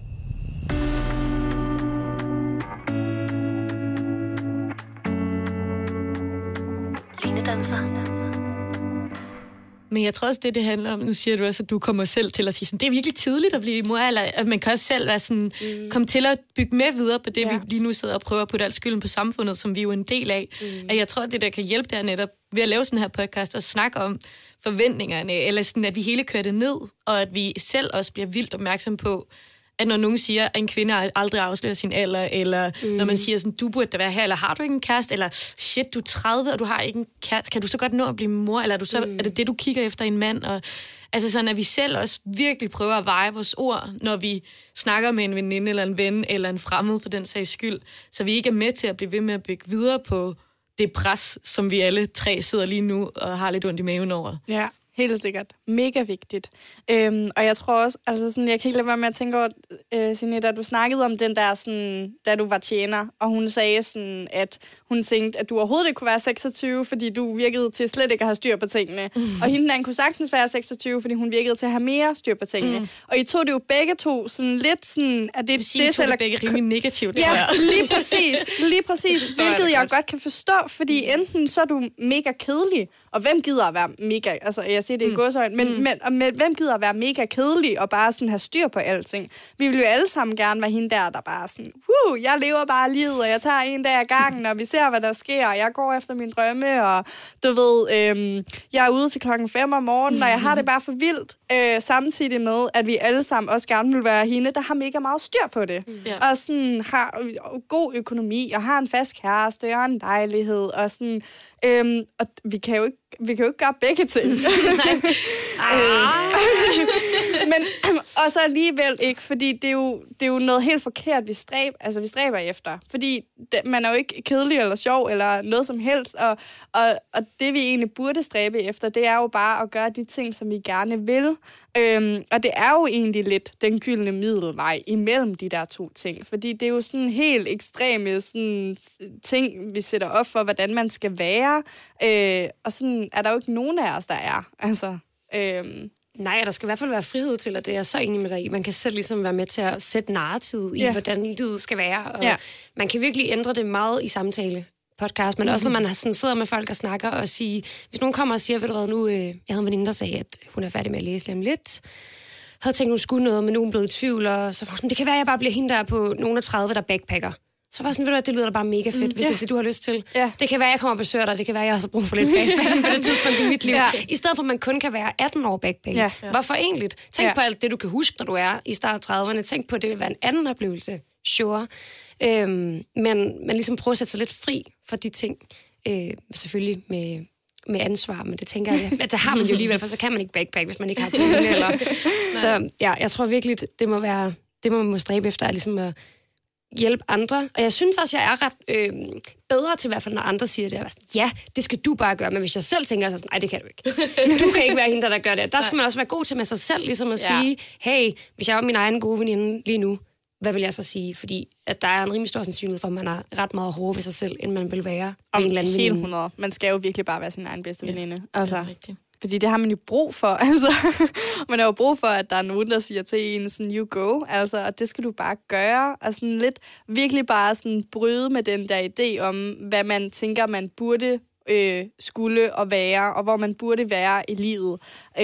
Linedanser. Men jeg tror også, det handler om, nu siger du også, at du kommer selv til at sige sådan, det er virkelig tidligt at blive mor, eller at man kan også selv være sådan, komme til at bygge med videre på det, vi lige nu sidder og prøver at putte al skylden på samfundet, som vi er jo en del af. At jeg tror, at det der kan hjælpe der netop ved at lave sådan her podcast og snakke om forventningerne, eller sådan, at vi hele kører det ned, og at vi selv også bliver vildt opmærksom på, at når nogen siger, at en kvinde aldrig afslører sin alder, eller når man siger sådan, du burde da være her, eller har du ikke en kæreste, eller shit, du er 30, og du har ikke en kæreste, kan du så godt nå at blive mor, eller er det du kigger efter en mand, og altså sådan, at vi selv også virkelig prøver at veje vores ord, når vi snakker med en veninde, eller en ven, eller en fremmed for den sags skyld, så vi ikke er med til at blive ved med at bygge videre på det pres, som vi alle tre sidder lige nu, og har lidt ondt i maven over. Ja. Helt sikkert. Mega vigtigt. Og jeg tror også, altså sådan, jeg kan ikke lade være med at tænke over, Signe, da du snakkede om den der, sådan, da du var tjener, og hun sagde sådan, at hun tænkte, at du overhovedet ikke kunne være 26, fordi du virkede til slet ikke at have styr på tingene. Og hende den kunne sagtens være 26, fordi hun virkede til at have mere styr på tingene. Og I tog det jo begge to sådan lidt sådan, at det er begge rimelig negativt, tror jeg. Lige præcis. Hvilket jeg godt kan forstå, fordi enten så er du mega kedelig, og hvem gider at være mega, altså jeg siger det i godsøjne, men hvem gider at være mega kedelig og bare sådan have styr på alting? Vi vil jo alle sammen gerne være hende der bare sådan, jeg lever bare livet, og jeg tager en dag ad gangen, og vi ser, hvad der sker, og jeg går efter mine drømme, og du ved, jeg er ude til 5:00 om morgenen, og jeg har det bare for vildt, samtidig med, at vi alle sammen også gerne vil være hende, der har mega meget styr på det. Og sådan har god økonomi, og har en fast kæreste, og en lejlighed, og sådan, og vi kan jo ikke gøre begge ting. Men og så alligevel ikke, fordi det er jo noget helt forkert, vi stræber efter. Fordi man er jo ikke kedelig eller sjov eller noget som helst, og det vi egentlig burde stræbe efter, det er jo bare at gøre de ting, som vi gerne vil. Og det er jo egentlig lidt den gyldne middelvej imellem de der to ting. Fordi det er jo sådan helt ekstreme sådan, ting, vi sætter op for, hvordan man skal være. Og sådan er der jo ikke nogen af os, der er. Altså, Nej, der skal i hvert fald være frihed til, at det er så enig med dig i. Man kan selv ligesom være med til at sætte narrativet i, hvordan livet skal være. Og man kan virkelig ændre det meget i samtale podcast, men også når man sådan sidder med folk og snakker og siger, hvis nogen kommer og siger, ved du hvad, nu, jeg havde en veninde, der sagde, at hun er færdig med at læse lige om lidt, havde tænkt, hun skulle noget, men nu er hun blevet i tvivl, og så var sådan, det kan være, at jeg bare bliver hende der på nogen af 30, der backpacker. Så var sådan, ved du hvad, det lyder da bare mega fedt, hvis det er det, du har lyst til. Det kan være, jeg kommer og besøger dig, det kan være, jeg har så brug for lidt backpacking på det tidspunkt i mit liv. I stedet for, at man kun kan være 18 år backpacking. Hvorfor egentlig? Tænk på alt det, du kan huske, når du er i start 30'erne. Tænk på, at det vil være en anden oplevelse. Sure. Men ligesom prøve at sætte sig lidt fri for de ting. Selvfølgelig med ansvar, men det tænker jeg, at det har man jo alligevel, for så kan man ikke backpack, hvis man ikke har det. Eller. Så ja, jeg tror virkelig, det må være, det må man stræbe efter, at ligesom at hjælpe andre. Og jeg synes også, jeg er ret bedre til, i hvert fald når andre siger det. Ja, det skal du bare gøre, men hvis jeg selv tænker så sådan, nej, det kan du ikke. Du kan ikke være hende, der gør det. Der skal man også være god til med sig selv, ligesom at sige, hey, hvis jeg var min egen gode veninde lige nu, hvad vil jeg så sige? Fordi at der er en rimelig stor sandsynlighed for, at man er ret meget hårdere ved sig selv, end man vil være ved en eller anden veninde. 100. Man skal jo virkelig bare være sin egen bedste veninde. Altså, det er rigtigt. Fordi det har man jo brug for, altså. Man har jo brug for, at der er nogen, der siger til en sådan, you go, altså, og det skal du bare gøre, og sådan lidt, virkelig bare sådan bryde med den der idé om, hvad man tænker, man burde skulle og være, og hvor man burde være i livet.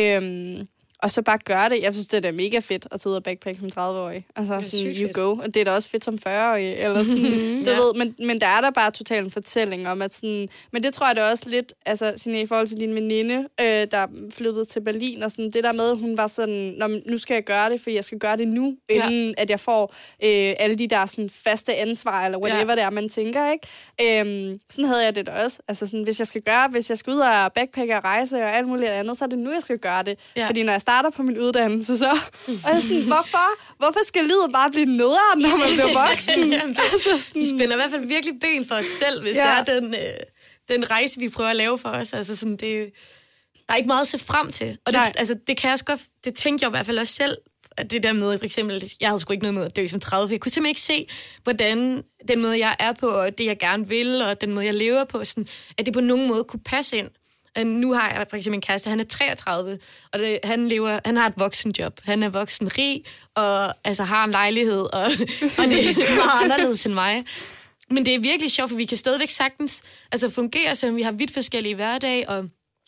Og så bare gøre det. Jeg synes, det er mega fedt at tage ud og backpack som 30-årig. Altså sådan, you go. Og det er da også fedt som 40-årig. Eller sådan, du ved, men der er der bare totalt en fortælling om, at sådan... Men det tror jeg da også lidt, altså Signe, i forhold til din veninde, der flyttede til Berlin, og sådan det der med, hun var sådan, nu skal jeg gøre det, for jeg skal gøre det nu, inden at jeg får alle de der sådan faste ansvar, eller whatever det er, man tænker, ikke? Sådan havde jeg det da også. Altså sådan, hvis jeg skal ud og backpacke og rejse og alt muligt andet, så er det nu, jeg skal gøre det. Fordi når jeg starter på min uddannelse, så... Og jeg er sådan, hvorfor skal livet bare blive nederen, når man bliver voksen? Altså, sådan... Vi spænder i hvert fald virkelig ben for os selv, hvis det er den rejse, vi prøver at lave for os. Altså, sådan, der er ikke meget at se frem til. Og det kan jeg også godt... Det tænkte jeg i hvert fald også selv, at det der med, for eksempel, jeg havde sgu ikke noget med at dø som 30, for jeg kunne simpelthen ikke se, hvordan den måde, jeg er på, og det, jeg gerne vil, og den måde, jeg lever på, sådan, at det på nogen måde kunne passe ind. Nu har jeg for eksempel en kæreste, han er 33, og han har et voksenjob. Han er voksenrig, og altså har en lejlighed, og det er meget anderledes end mig. Men det er virkelig sjovt, for vi kan stadigvæk sagtens fungere, selvom vi har vidt forskellige hverdage, og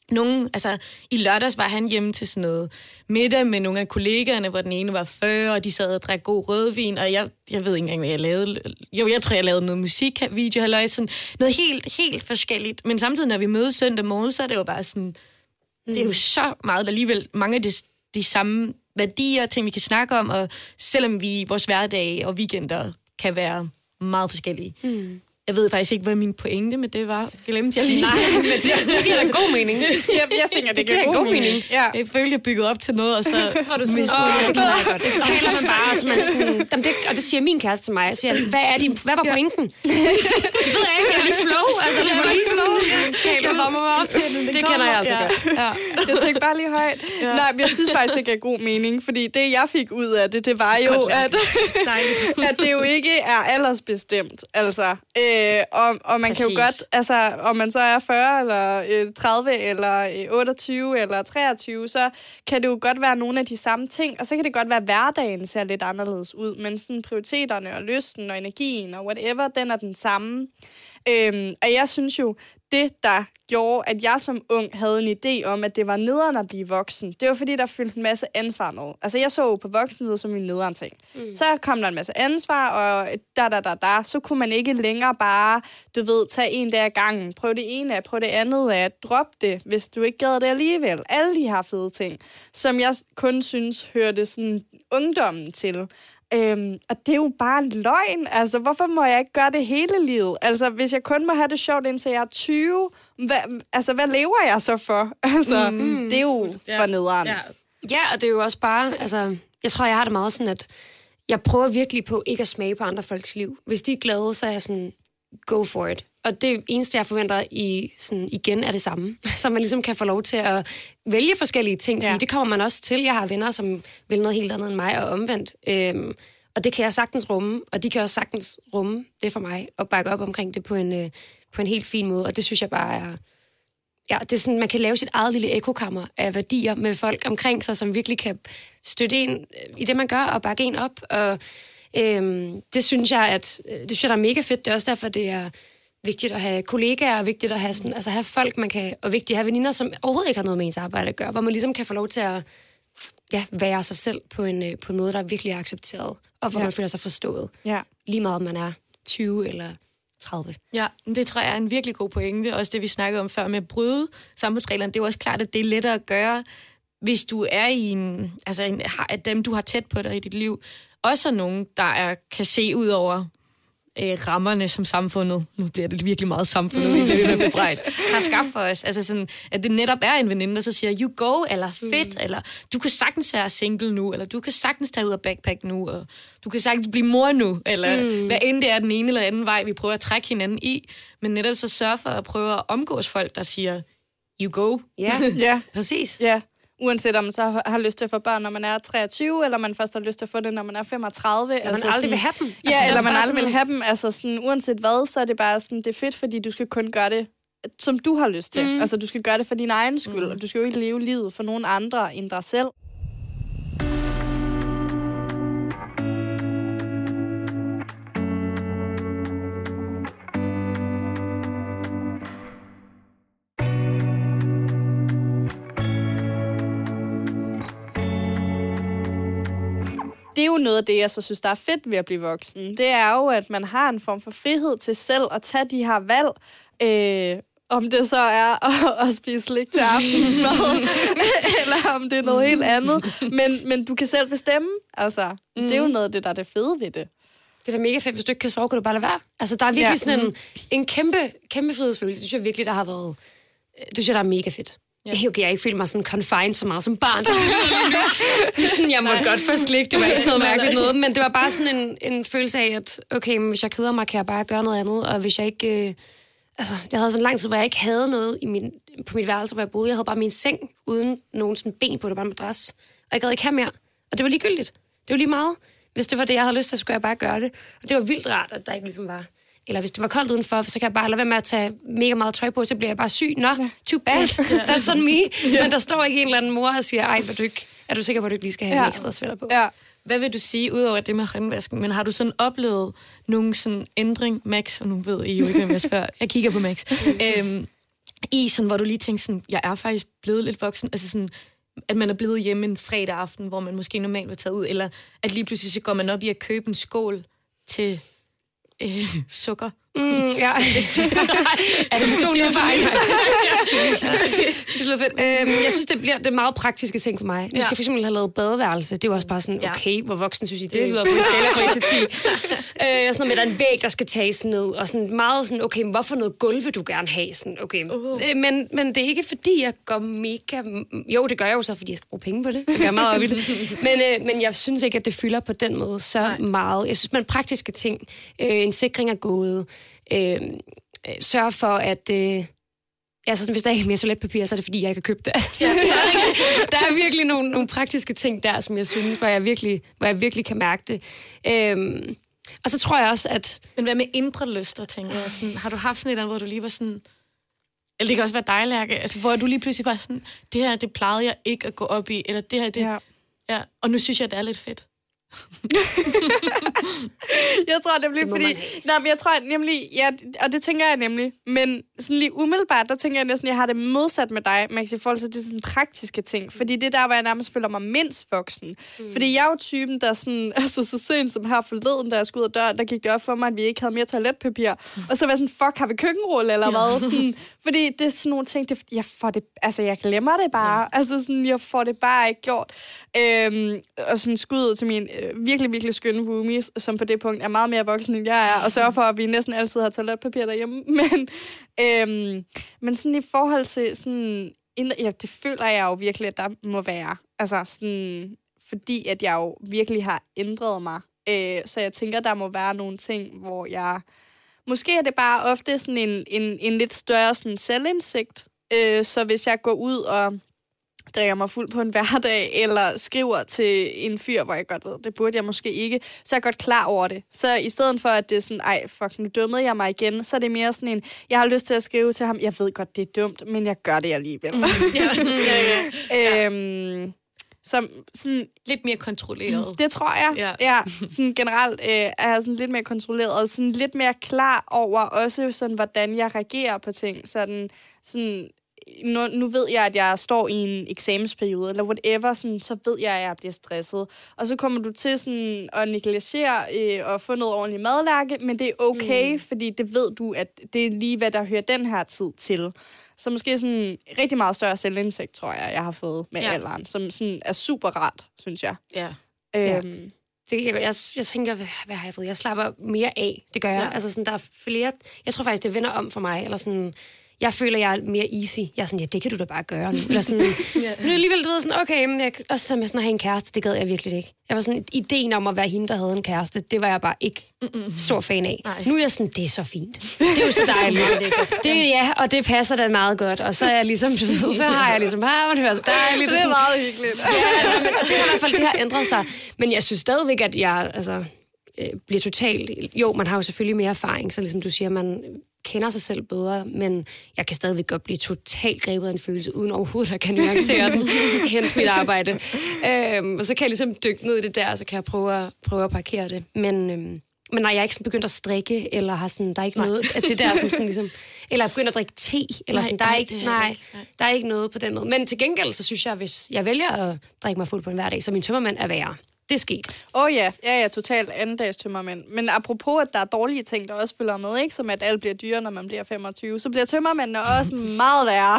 i lørdags var han hjemme til sådan noget middag med nogle af kollegaerne, hvor den ene var 40, og de sad og drak god rødvin, og jeg ved ikke engang, hvad jeg lavede. Jo, jeg tror, jeg lavede noget musikvideo, halløj, sådan noget helt forskelligt. Men samtidig, når vi mødes søndag morgen, så er det jo bare sådan, det er jo så meget, alligevel mange af de samme værdier, ting vi kan snakke om, og selvom vi vores hverdage og weekender kan være meget forskellige. Jeg ved faktisk ikke, hvad min pointe med det var. Glemte jeg lige. Nej, men det giver da god mening. Jeg tænker, det giver god mening. Ja. Jeg følte, jeg byggede op til noget, og så var du sådan, det kan jeg godt. Så taler man bare, så man sådan, og det siger min kæreste til mig. Så siger, hvad var pointen? Det ved jeg ikke, jeg er lidt flow. Altså, det var lige så. Taler bare mig op til det. Det kender jeg altså godt. Ja. Jeg tænkte bare lige højt. Ja. Nej, jeg synes faktisk ikke er god mening, fordi det, jeg fik ud af det var jo, at det jo ikke er aldersbestemt. Altså, og man kan jo godt, altså, om man så er 40 eller 30 eller 28 eller 23, så kan det jo godt være nogle af de samme ting, og så kan det godt være, at hverdagen ser lidt anderledes ud, men sådan prioriteterne og lysten og energien og whatever, den er den samme. Og jeg synes jo, det, der gjorde, at jeg som ung havde en idé om, at det var nederen at blive voksen, det var fordi, der fyldte en masse ansvar med. Altså, jeg så jo på voksenlivet som en nederen ting. Så kom der en masse ansvar, og så kunne man ikke længere bare, tage en dag ad gangen, prøv det ene af, prøv det andet af, drop det, hvis du ikke gad det alligevel. Alle de her fede ting, som jeg kun synes hørte sådan ungdommen til. Og det er jo bare en løgn. Altså, hvorfor må jeg ikke gøre det hele livet? Altså, hvis jeg kun må have det sjovt, indtil jeg er 20, hvad lever jeg så for? Altså, det er jo for nederen. Ja, og det er jo også bare, altså, jeg tror, jeg har det meget sådan, at jeg prøver virkelig på ikke at smage på andre folks liv. Hvis de er glade, så er jeg sådan, go for it. Og det eneste, jeg forventer igen, er det samme. Så man ligesom kan få lov til at vælge forskellige ting, fordi det kommer man også til. Jeg har venner, som vil noget helt andet end mig, og omvendt. Og det kan jeg sagtens rumme, og de kan også sagtens rumme det for mig, og bakke op omkring det på en helt fin måde. Og det synes jeg bare er... Ja, det er sådan, man kan lave sit eget lille ekokammer af værdier med folk omkring sig, som virkelig kan støtte en i det, man gør, og bakke en op. Og det synes jeg, der er mega fedt. Det er også derfor, det er vigtigt at have kollegaer, og vigtigt at have, have folk, man kan, og vigtigt at have veninder, som overhovedet ikke har noget med ens arbejde at gøre, hvor man ligesom kan få lov til at være sig selv på en måde, der virkelig er accepteret, og hvor man føler sig forstået. Ja. Lige meget, om man er 20 eller 30. Ja, det tror jeg er en virkelig god pointe. Også det, vi snakkede om før med at bryde samfundsreglerne. Det er jo også klart, at det er lettere at gøre, hvis du er i at dem, du har tæt på dig i dit liv, også er nogen, der kan se ud over rammerne, som samfundet, nu bliver det virkelig meget samfundet, vi bliver bebrejdt, har skabt for os. Altså sådan, at det netop er en veninde, der så siger, you go, eller fedt, eller du kan sagtens være single nu, eller du kan sagtens tage ud af backpack nu, og du kan sagtens blive mor nu, eller hvad end det er den ene eller anden vej, vi prøver at trække hinanden i, men netop så sørge for at prøve at omgås folk, der siger, you go. Ja, præcis. Ja. Uanset om man så har lyst til at få børn, når man er 23, eller man først har lyst til at få det, når man er 35. Eller man aldrig vil have dem. Ja, eller man aldrig vil have dem. Altså sådan, uanset hvad, så er det bare sådan, det er fedt, fordi du skal kun gøre det, som du har lyst til. Altså, du skal gøre det for din egen skyld, og du skal jo ikke leve livet for nogen andre end dig selv. Det er jo noget af det, jeg så synes, der er fedt ved at blive voksen. Det er jo, at man har en form for frihed til selv at tage de her valg. Om det så er at spise slik til aftensmad, eller om det er noget helt andet. Men du kan selv bestemme. Altså, det er jo noget af det, der er det fede ved det. Det er da mega fedt. Hvis du ikke kan sove, kan du bare lade være. Altså, der er virkelig sådan en kæmpe frihedsfølelse. Det synes jeg virkelig, der har været... Det synes jeg, der er mega fedt. Ja. Okay, jeg ikke følte mig sådan confined så meget som barn. Sådan, jeg måtte godt få slik, det var ikke sådan noget mærkeligt noget, men det var bare sådan en følelse af, at okay, hvis jeg keder mig, kan jeg bare gøre noget andet, og hvis jeg ikke... jeg havde sådan lang tid, hvor jeg ikke havde noget på mit værelse, hvor jeg boede. Jeg havde bare min seng, uden nogen sådan ben på, det var en madras. Og jeg gad ikke have mere. Og det var ligegyldigt. Det var lige meget. Hvis det var det, jeg havde lyst til, så skulle jeg bare gøre det. Og det var vildt rart, at der ikke ligesom var... Eller hvis det var koldt udenfor, så kan jeg bare lade være med at tage mega meget tøj på, så bliver jeg bare syg. Nå, too bad. That's on me. Men der står ikke en eller anden mor og siger, ej, er du sikker på, at du ikke lige skal have en ekstra sweater på? Ja. Hvad vil du sige, udover det med håndvasken, men har du sådan oplevet nogen sådan ændring, Max, og nu ved I jo ikke, hvem jeg spørger, jeg kigger på Max, i, sådan, hvor du lige tænker sådan, jeg er faktisk blevet lidt voksen, altså sådan, at man er blevet hjemme en fredag aften, hvor man måske normalt var taget ud, eller at lige pludselig så går man op i at købe en skål til sukker. Ja. Altså, personlig erfaring. Det lyder fedt. Jeg synes, det er meget praktiske ting for mig. Nu skal jeg for eksempel have lavet badeværelse. Det er jo også bare sådan, okay, hvor voksen synes I, det lyder på en skala fra 1 til 10. Sådan noget med, at der er en væg, der skal tages ned. Og sådan meget sådan, okay, hvorfor noget gulv vil du gerne have? Sådan, okay. Men det er ikke fordi, jeg går mega... Jo, det gør jeg jo så, fordi jeg skal bruge penge på det. Det gør jeg meget op i det. Men jeg synes ikke, at det fylder på den måde så meget. Jeg synes, man praktiske ting. En sikring er gået. Sørg for, at altså, hvis der ikke er mere toiletpapir, så er det fordi, jeg ikke har købt det. Der er virkelig nogle praktiske ting der, som jeg synes, hvor jeg virkelig kan mærke det. Og så tror jeg også, at... Men hvad med indre lyster, tænker jeg? Sådan, har du haft sådan et eller andet, hvor du lige var sådan... Eller det kan også være dig, Lærke, altså, hvor du lige pludselig var sådan, det her, det plejede jeg ikke at gå op i, eller det her, det... Ja. Og nu synes jeg, det er lidt fedt. Jeg tror nemlig, fordi... Nej, men jeg tror nemlig... Ja, og det tænker jeg nemlig. Men sådan lige umiddelbart, der tænker jeg næsten, jeg har det modsat med dig, Max, i forhold til det sådan praktiske ting. Fordi det er der, hvor jeg nærmest føler mig mindst voksen. Fordi jeg er jo typen, der sådan... Altså, så sent som her forleden, da jeg skulle ud af døren, der gik det op for mig, at vi ikke havde mere toiletpapir. Og så var jeg sådan, fuck, har vi køkkenrulle eller hvad? Sådan, fordi det er sådan nogle ting, jeg får det... Altså, jeg glemmer det bare. Ja. Altså, sådan, jeg får det bare ikke gjort. Og sådan skud ud til min virkelig, virkelig skønne roomies, som på det punkt er meget mere voksen, end jeg er, og sørger for, at vi næsten altid har toiletpapir derhjemme. Men sådan i forhold til sådan... Ja, det føler jeg jo virkelig, at der må være. Altså sådan... Fordi at jeg jo virkelig har ændret mig. Så jeg tænker, der må være nogle ting, hvor jeg... Måske er det bare ofte sådan en lidt større sådan selvindsigt. Så hvis jeg går ud og drikker mig fuld på en hverdag, eller skriver til en fyr, hvor jeg godt ved, det burde jeg måske ikke, så er jeg godt klar over det. Så i stedet for, at det er sådan, ej, fuck, nu dømmede jeg mig igen, så er det mere sådan en, jeg har lyst til at skrive til ham, jeg ved godt, det er dumt, men jeg gør det alligevel. Som sådan... Lidt mere kontrolleret. Det tror jeg. Ja. Sådan generelt er jeg sådan lidt mere kontrolleret, og sådan lidt mere klar over også, sådan, hvordan jeg reagerer på ting. Sådan nu ved jeg, at jeg står i en eksamensperiode, eller whatever, sådan, så ved jeg, at jeg bliver stresset. Og så kommer du til sådan, at negligere og få noget ordentligt madlærke, men det er okay, fordi det ved du, at det er lige, hvad der hører den her tid til. Så måske sådan rigtig meget større selvindsigt, tror jeg har fået med alderen, som sådan er super rart, synes jeg. Ja. Jeg tænker, hvad har jeg fået? Jeg slapper mere af, det gør jeg. Ja. Altså sådan, der er flere... Jeg tror faktisk, det vender om for mig, eller sådan... Jeg føler, jeg er mere easy. Jeg er sådan, ja, det kan du da bare gøre nu. Eller sådan, nu alligevel, du ved, sådan, okay, men også med sådan at have en kæreste, det gad jeg virkelig ikke. Jeg var sådan, ideen om at være hende, der havde en kæreste, det var jeg bare ikke stor fan af. Nej. Nu er jeg sådan, det er så fint. Det er jo så dejligt. Ja, og det passer da meget godt. Og så er jeg ligesom, så har jeg ligesom, det er så dejligt. Det er meget hyggeligt. Ja, men det har i hvert fald, det har ændret sig. Men jeg synes stadigvæk, at jeg bliver totalt... Jo, man har jo selvfølgelig mere erfaring, så ligesom du siger, man kender sig selv bedre, men jeg kan stadigvæk godt blive totalt grebet af en følelse, uden overhovedet at kan nuancere den, hens mit arbejde. Og så kan jeg ligesom dykke ned i det der, og så kan jeg prøve at parkere det. Men når jeg er ikke sådan begyndt at strikke, eller har sådan, der er ikke noget af det der, som sådan ligesom, eller jeg begynder at drikke te, eller sådan, der er ikke noget på den måde. Men til gengæld, så synes jeg, hvis jeg vælger at drikke mig fuld på en hverdag, så min tømmermand er værre. Det er sket. Ja, totalt andendags tømmermænd. Men apropos, at der er dårlige ting, der også følger med, ikke? Som at alt bliver dyrere, når man bliver 25, så bliver tømmermændene også meget værre.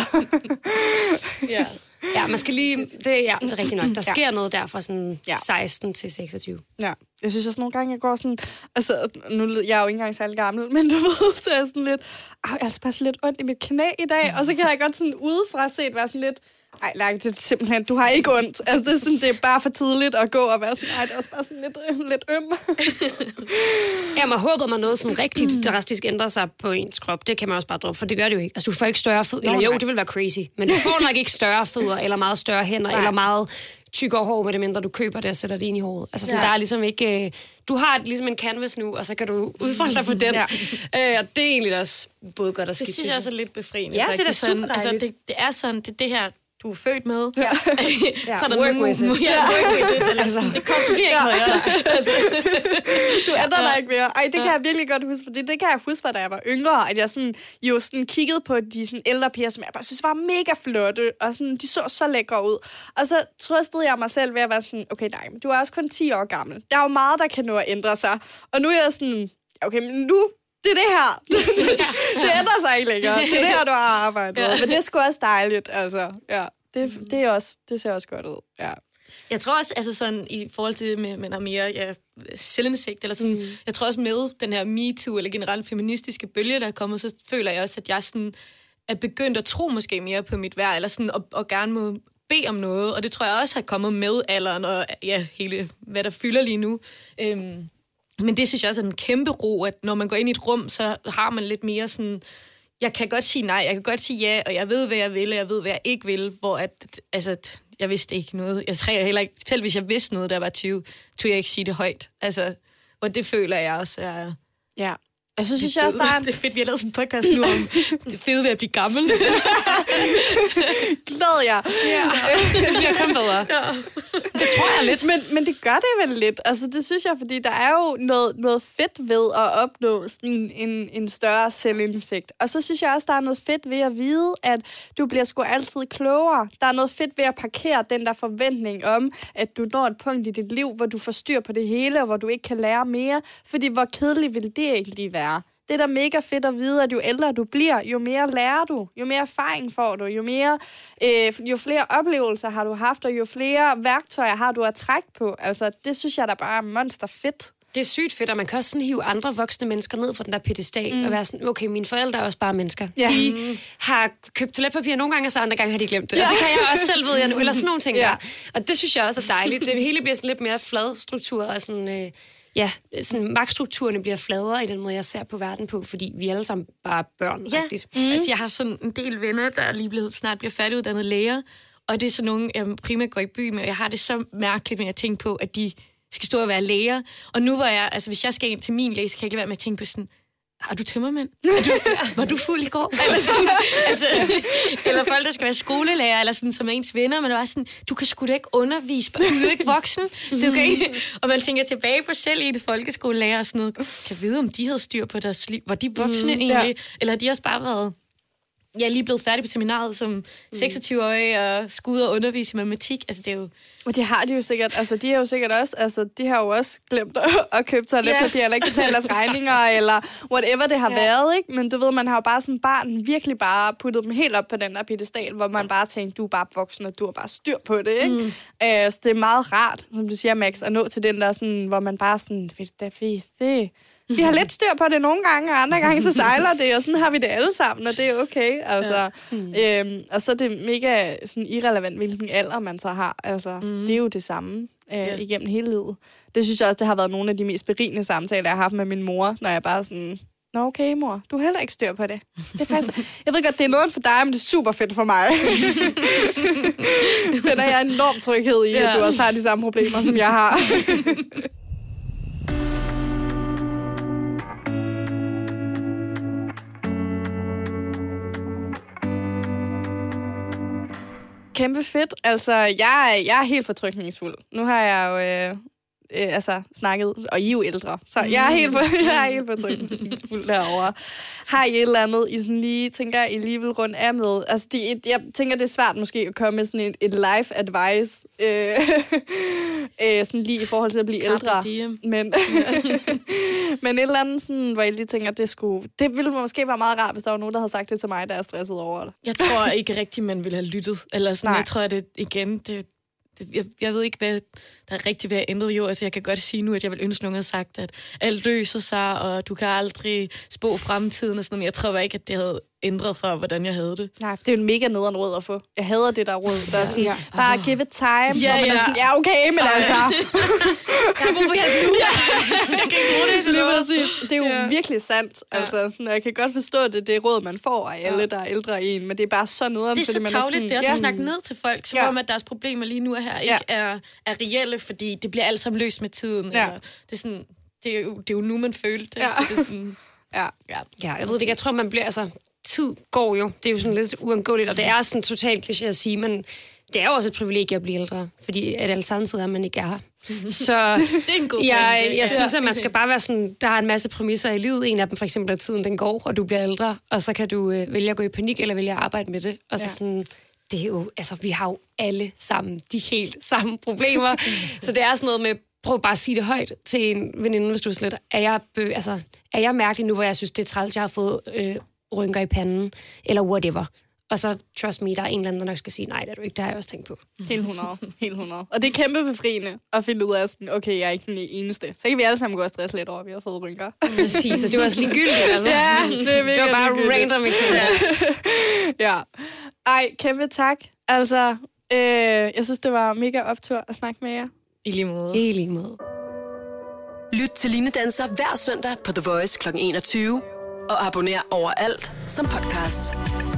Ja, man skal lige... Det er rigtigt nok. Der sker noget der fra sådan 16 til 26. Ja, jeg synes også nogle gange, jeg går sådan... Altså, nu jeg er jo ikke engang særlig gammel, men du ved, så er jeg sådan lidt... Jeg er bare lidt ondt i mit knæ i dag, og så kan jeg godt sådan udefra set være sådan lidt... Ej, Lærke, det er simpelthen, du har ikke ondt. Altså, det er bare for tidligt at gå og være sådan, det er også bare sådan lidt øm. Ja, man håber, man noget sådan rigtig drastisk ændrer sig på ens krop. Det kan man også bare droppe, for det gør det jo ikke. Altså, du får ikke større fødder. Eller jo, det vil være crazy. Men du får nok ikke større fødder, eller meget større hænder, eller meget tykkere hår, med det mindre du køber det og sætter det ind i håret. Altså, sådan, der er ligesom ikke... Du har ligesom en canvas nu, og så kan du udfolde dig på den. Og det er egentlig også både godt og skidt. Det synes jeg også er lidt befriende. Ja, det er da super dejligt. Altså, det er sådan, det her... du er født med. Ja. Så er der work nogle... with it. Work with it. Eller sådan, det bliver ikke højere. Du ændrer dig ikke mere. Ej, det kan jeg virkelig godt huske, for det kan jeg huske, da jeg var yngre, at jeg sådan kiggede på de sådan ældre piger, som jeg bare synes var mega flotte, og sådan, de så lækre ud. Og så trøstede jeg mig selv ved at være sådan, okay, nej, men du er også kun 10 år gammel. Der er jo meget, der kan nå at ændre sig. Og nu er jeg sådan, okay, men nu... Det er det her. Det ændrer sig ikke længere. Det er det her, du har arbejdet med. Men det er sgu også dejligt, altså. Ja, det ser også godt ud. Ja. Jeg tror også, altså sådan, i forhold til, man har mere selvindsigt, eller sådan, jeg tror også med den her MeToo, eller generelt feministiske bølge, der er kommet, så føler jeg også, at jeg sådan er begyndt at tro måske mere på mit værd, eller sådan, og gerne må bede om noget, og det tror jeg også har kommet med alderen, og hele, hvad der fylder lige nu. Men det synes jeg også er en kæmpe ro, at når man går ind i et rum, så har man lidt mere sådan, jeg kan godt sige nej, jeg kan godt sige ja, og jeg ved, hvad jeg vil, og jeg ved, hvad jeg ikke vil, hvor jeg vidste ikke noget. Jeg tror heller ikke, selv hvis jeg vidste noget, der var 20, turde jeg ikke sige det højt. Altså, og det føler jeg også er... Ja. Og så synes jeg også, der er... Det er fedt, vi har lavet sådan en podcast nu om det fede ved at blive gammel. Glad jeg. Ja, det bliver kun bedre. Ja. Det tror jeg lidt. Men det gør det vel lidt. Altså, det synes jeg, fordi der er jo noget fedt ved at opnå sådan en større selvindsigt. Og så synes jeg også, der er noget fedt ved at vide, at du bliver sgu altid klogere. Der er noget fedt ved at parkere den der forventning om, at du når et punkt i dit liv, hvor du får styr på det hele, og hvor du ikke kan lære mere. Fordi hvor kedeligt vil det egentlig være? Det er da mega fedt at vide, at jo ældre du bliver, jo mere lærer du, jo mere erfaring får du, jo flere oplevelser har du haft, og jo flere værktøjer har du at trække på. Altså, det synes jeg da bare er monster fedt. Det er sygt fedt, og man kan også sådan hive andre voksne mennesker ned fra den der pedestal, og være sådan, okay, mine forældre er også bare mennesker. Ja. De har købt toiletpapir nogle gange, og så andre gange har de glemt det. Ja. Og det kan jeg også selv, ved jeg nu, eller sådan nogle ting der. Og det synes jeg også er dejligt. Det hele bliver sådan lidt mere flad struktur, og sådan... sådan magtstrukturerne bliver fladere i den måde, jeg ser på verden på, fordi vi alle sammen bare er børn, rigtigt. Altså, jeg har sådan en del venner, der lige snart bliver færdiguddannet læger, og det er sådan nogle, jeg primært går i by med, og jeg har det så mærkeligt med at tænke på, at de skal stå og være læger. Og nu var jeg, altså hvis jeg skal ind til min læge, så kan jeg ikke lade være med at tænke på sådan, har du tømmermænd? Var du fuld i går? Eller, sådan, eller folk, der skal være skolelærer, eller sådan, som er ens venner, men det var sådan, du kan sgu da ikke undervise, du er jo ikke voksen. Du kan ikke. Og man tænker tilbage på selv i det folkeskolelærer og sådan noget. Kan vide, om de havde styr på deres liv? Var de voksne egentlig? Ja. Eller har de også bare været... Jeg er lige blevet færdig på seminaret som 26-årig og skulle ud og undervise i matematik. Altså, det er jo... Og det har de jo sikkert, altså de har jo sikkert også, altså de har jo også glemt at købe toiletpapir, eller ikke betale deres regninger, eller whatever det har været, ikke? Men du ved, man har jo bare som barn virkelig bare puttet dem helt op på den der pedestal, hvor man bare tænkte, du er bare voksen, og du har bare styr på det, ikke? Så det er meget rart, som du siger, Max, at nå til den der sådan, hvor man bare sådan, vi har lidt styr på det nogle gange, og andre gange så sejler det, og sådan har vi det alle sammen, og det er okay. Altså, og så er det mega sådan, irrelevant, hvilken alder man så har. Altså, det er jo det samme igennem hele livet. Det synes jeg også, det har været nogle af de mest berigende samtaler, jeg har haft med min mor, når jeg bare sådan, nå okay mor, du har heller ikke styr på det. Det er faktisk, jeg ved godt, det er noget for dig, men det er super fedt for mig. Finder jeg en enorm tryghed i, at du også har de samme problemer, som jeg har. Kæmpe fedt. Altså, jeg er helt fortrykningsfuld. Nu har jeg jo snakket, og I er jo ældre, så jeg er helt fortrykningsfuld derovre. Har I et eller andet, I sådan lige tænker, I lige vil rundt af med? Altså, jeg tænker, det er svært måske at komme med sådan et life advice, sådan lige i forhold til at blive ældre. Men et eller andet, sådan, hvor I lige tænker, det ville måske være meget rart, hvis der var nogen, der havde sagt det til mig, der er stresset over det. Jeg tror ikke rigtig, man ville have lyttet. Eller sådan, jeg tror, at det igen... Jeg ved ikke, hvad der er rigtigt ved at ændre. Jo, altså jeg kan godt sige nu, at jeg vil ønske, nogen havde sagt, at alt løser sig, og du kan aldrig spå fremtiden og sådan noget. Men jeg tror ikke, at det havde ændret fra, hvordan jeg havde det. Nej, det er jo en mega nederen råd at få. Jeg hader det der råd. Der er sådan, bare give it time. Ja, man er sådan, okay, men altså... Hvorfor jeg nu? Jeg kan ikke bruge det til noget. Det er jo virkelig sandt. Altså, sådan, jeg kan godt forstå, at det er råd, man får af alle, der er ældre i en, men det er bare så nederen. Det er så tavligt, det er også at snakke ned til folk, som om, at deres problemer lige nu ikke er reelle, fordi det bliver alt sammen løst med tiden. Ja. Eller, det er sådan... Det er jo nu, man følte det. Så det er sådan... Ja, jeg ved det ikke. Jeg tror, man bliver... Altså, tid går jo. Det er jo sådan lidt uundgåeligt, og det er sådan totalt kliché at sige, men det er jo også et privilegie at blive ældre, fordi at alternativet er, at man ikke er her. Så det er en god jeg synes, at man skal bare være sådan, der er en masse præmisser i livet. En af dem for eksempel, at tiden den går, og du bliver ældre, og så kan du vælge at gå i panik, eller vælge at arbejde med det. Og så sådan, det er jo, altså vi har jo alle sammen de helt samme problemer. Så det er sådan noget med, prøv bare at sige det højt til en veninde, hvis du er slet, er jeg mærkelig nu, hvor jeg synes, det er træls, jeg har fået rynker i panden, eller whatever. Og så, trust me, der er en eller anden, der nok skal sige, nej, det er du ikke, det har jeg også tænkt på. Helt 100. Og det er kæmpe befriende at finde ud af sådan, okay, jeg er ikke den eneste. Så kan vi alle sammen gå og stresse lidt over, at vi har fået rynker. Præcis, så det var også ligegyldigt, altså. Ja, det var bare random eksempel. Ja. Ej, kæmpe tak. Altså, jeg synes, det var mega optur at snakke med jer. I lige måde. I lige måde. Lyt til Line Danser hver søndag på The Voice kl. 21. Og abonner overalt som podcast.